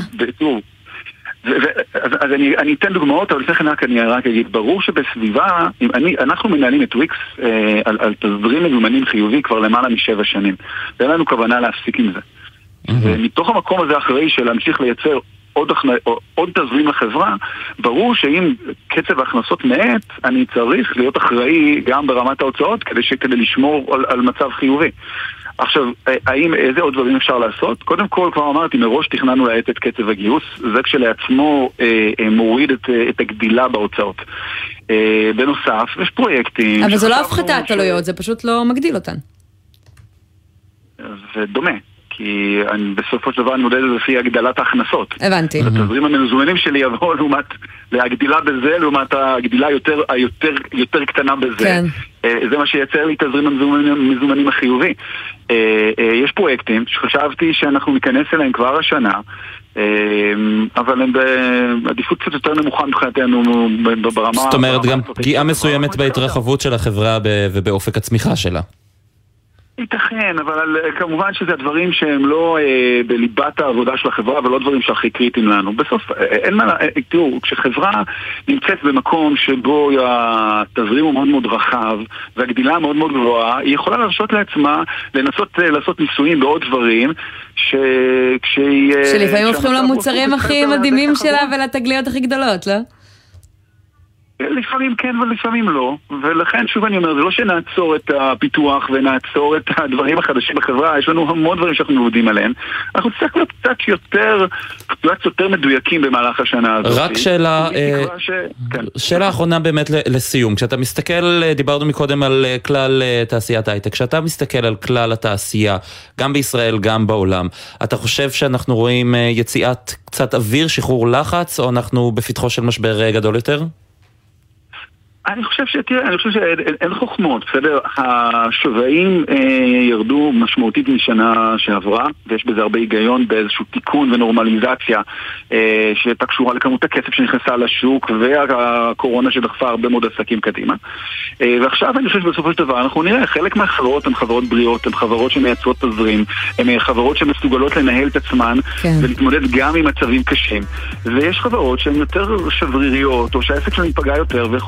אז אני אתן דוגמאות, אבל לפני כן אני רק אגיד, ברור שבסביבה, אנחנו מנהלים את וויקס על תזרים מזומנים חיובי כבר למעלה משבע שנים, ואין לנו כוונה להפסיק עם זה. ומתוך המקום הזה אחראי של להמשיך לייצר עוד, עוד תזרים לחברה, ברור שאם קצב ההכנסות מעט, אני צריך להיות אחראי גם ברמת ההוצאות כדי, כדי לשמור על, על מצב חיובי. עכשיו, האם, איזה עוד דברים אפשר לעשות? קודם כל, כבר אמרתי, מראש תכננו להאט את קצב הגיוס, זה כשלעצמו אה, אה, מוריד את, אה, את הגדילה בהוצאות. אה, בנוסף, יש פרויקטים... אבל זה לא הפחתת ש... עלויות, זה פשוט לא מגדיל אותן. זה דומה. כי אני, בסופו של דבר אני מודד את זה לפי הגדלת ההכנסות. הבנתי. התזרים המזומנים שלי יבוא לעומת, להגדילה בזה, לעומת הגדילה היותר, היותר, יותר קטנה בזה. כן. זה מה שייצר לי תזרים המזומנים החיובי. יש פרויקטים שחשבתי שאנחנו ניכנס אליהם כבר השנה, אבל הם בעדיפות קצת יותר נמוכה מבחינתנו ברמה... זאת אומרת, גם פגיעה מסוימת בהתרחבות של החברה ובאופק הצמיחה שלה. ייתכן, אבל כמובן שזה הדברים שהם לא אה, בליבת העבודה של החברה ולא דברים שהכי קריטיים לנו. בסוף, אין מה, תראו, כשחברה נמצאת במקום שבו התזרים הוא מאוד מאוד רחב והגדילה מאוד מאוד גבוהה, היא יכולה להרשות לעצמה לנסות לעשות ניסויים בעוד דברים ש... כשהיא... שלפעמים הופכים למוצרים הכי מדהימים שלה ולתגליות הכי גדולות, לא? לפעמים כן ולפעמים לא, ולכן שוב אני אומר, זה לא שנעצור את הפיתוח ונעצור את הדברים החדשים בחברה, יש לנו המון דברים שאנחנו עובדים עליהם, אנחנו צריכים להיות קצת יותר, קצת יותר מדויקים במהלך השנה הזאת. רק שאלה, שאלה אחרונה באמת לסיום, כשאתה מסתכל, דיברנו מקודם על כלל תעשיית הייטק, כשאתה מסתכל על כלל התעשייה, גם בישראל, גם בעולם, אתה חושב שאנחנו רואים יציאת קצת אוויר, שחרור לחץ, או אנחנו בפתחו של משבר גדול יותר? אני חושב שתראה, אני חושב שאין חוכמות, בסדר? השווים אה, ירדו משמעותית משנה שעברה, ויש בזה הרבה היגיון באיזשהו תיקון ונורמליזציה אה, שהייתה קשורה לכמות הכסף שנכנסה לשוק, והקורונה שדחפה הרבה מאוד עסקים קדימה. אה, ועכשיו אני חושב שבסופו של דבר אנחנו נראה, חלק מהחברות הן חברות בריאות, הן חברות שמייצרות תזרים, הן חברות שמסוגלות לנהל את עצמן, כן. ולהתמודד גם עם מצבים קשים. ויש חברות שהן יותר שבריריות, או שהעסק שלהן ייפגע יותר, ויכול שחלקה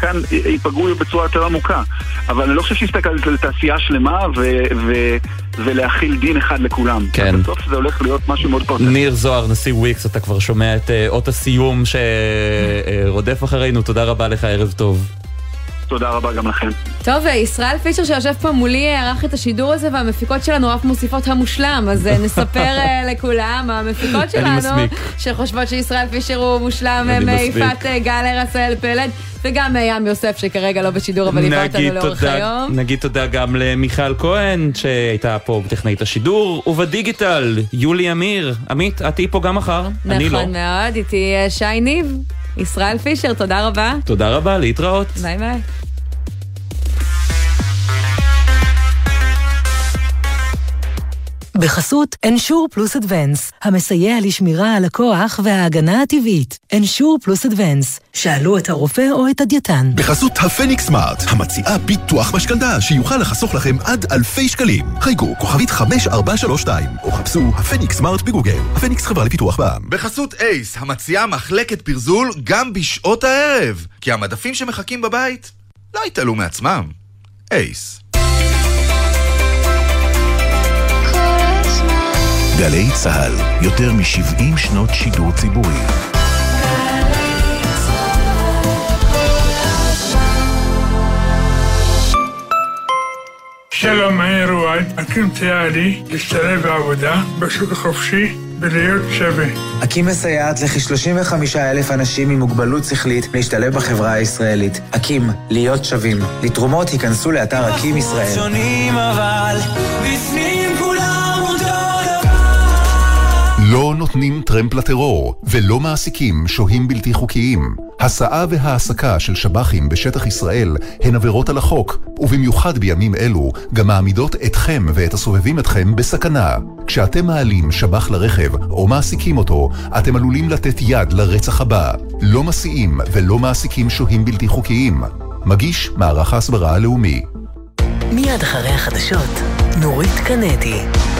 וכאן ייפגעו בצורה יותר עמוקה. אבל אני לא חושב שיסתכל על תעשייה שלמה ו- ו- ולהכיל דין אחד לכולם. כן. בסוף זה הולך להיות משהו מאוד פרטי. ניר זוהר, נשיא וויקס, אתה כבר שומע את אות הסיום שרודף אחרינו. תודה רבה לך, ערב טוב. תודה רבה גם לכם. טוב, ישראל פישר שיושב פה מולי ערך את השידור הזה, והמפיקות שלנו רק מוסיפות המושלם, אז נספר לכולם, המפיקות שלנו, שחושבות שישראל פישר הוא מושלם, הם יפעת גלר, עשאל פלד, וגם ים יוסף שכרגע לא בשידור, אבל ליווה אותנו לאורך היום. נגיד תודה גם למיכל כהן, שהייתה פה בטכנאית השידור, ובדיגיטל, יולי אמיר. עמית, את תהי פה גם מחר, אני לא. נכון מאוד, איתי שי ניב. ישראל פישר, תודה רבה. תודה רבה, להתראות. ביי ביי. בחסות Ensure Plus Advance, המסייע לשמירה על הכוח וההגנה הטבעית. Ensure Plus Advance, שאלו את הרופא או את הדייטן. בחסות הפניקס סמארט, המציעה ביטוח משכנתה שיוכל לחסוך לכם עד אלפי שקלים. חייגו כוכבית חמש ארבע שלוש שתיים, או חפשו הפניקס סמארט בגוגל. הפניקס חברה לפיתוח בע"מ. בחסות אייס, המציעה מחלקת פרזול גם בשעות הערב, כי המדפים שמחכים בבית לא יתעלו מעצמם. אייס. גלי צהל, יותר מ-שבעים שנות שידור ציבורי. שלום, אני רועד. אקים תהיה לי להשתלב בעבודה בשוק החופשי ולהיות שווה. אקים מסייעת לכ-שלושים וחמישה אלף אנשים עם מוגבלות שכלית להשתלב בחברה הישראלית. אקים, להיות שווים. לתרומות היכנסו לאתר אקים ישראל. שונים אבל בפנים כולם אותו דבר. לא נותנים טרמפ לטרור ולא מעסיקים שוהים בלתי חוקיים. הסעה והעסקה של שב"חים בשטח ישראל הן עבירות על החוק, ובמיוחד בימים אלו גם מעמידות אתכם ואת הסובבים אתכם בסכנה. כשאתם מעלים שב"ח לרכב או מעסיקים אותו, אתם עלולים לתת יד לרצח הבא. לא מסיעים ולא מעסיקים שוהים בלתי חוקיים. מגיש מערך ההסברה הלאומי. מיד אחרי החדשות, נורית קנדי.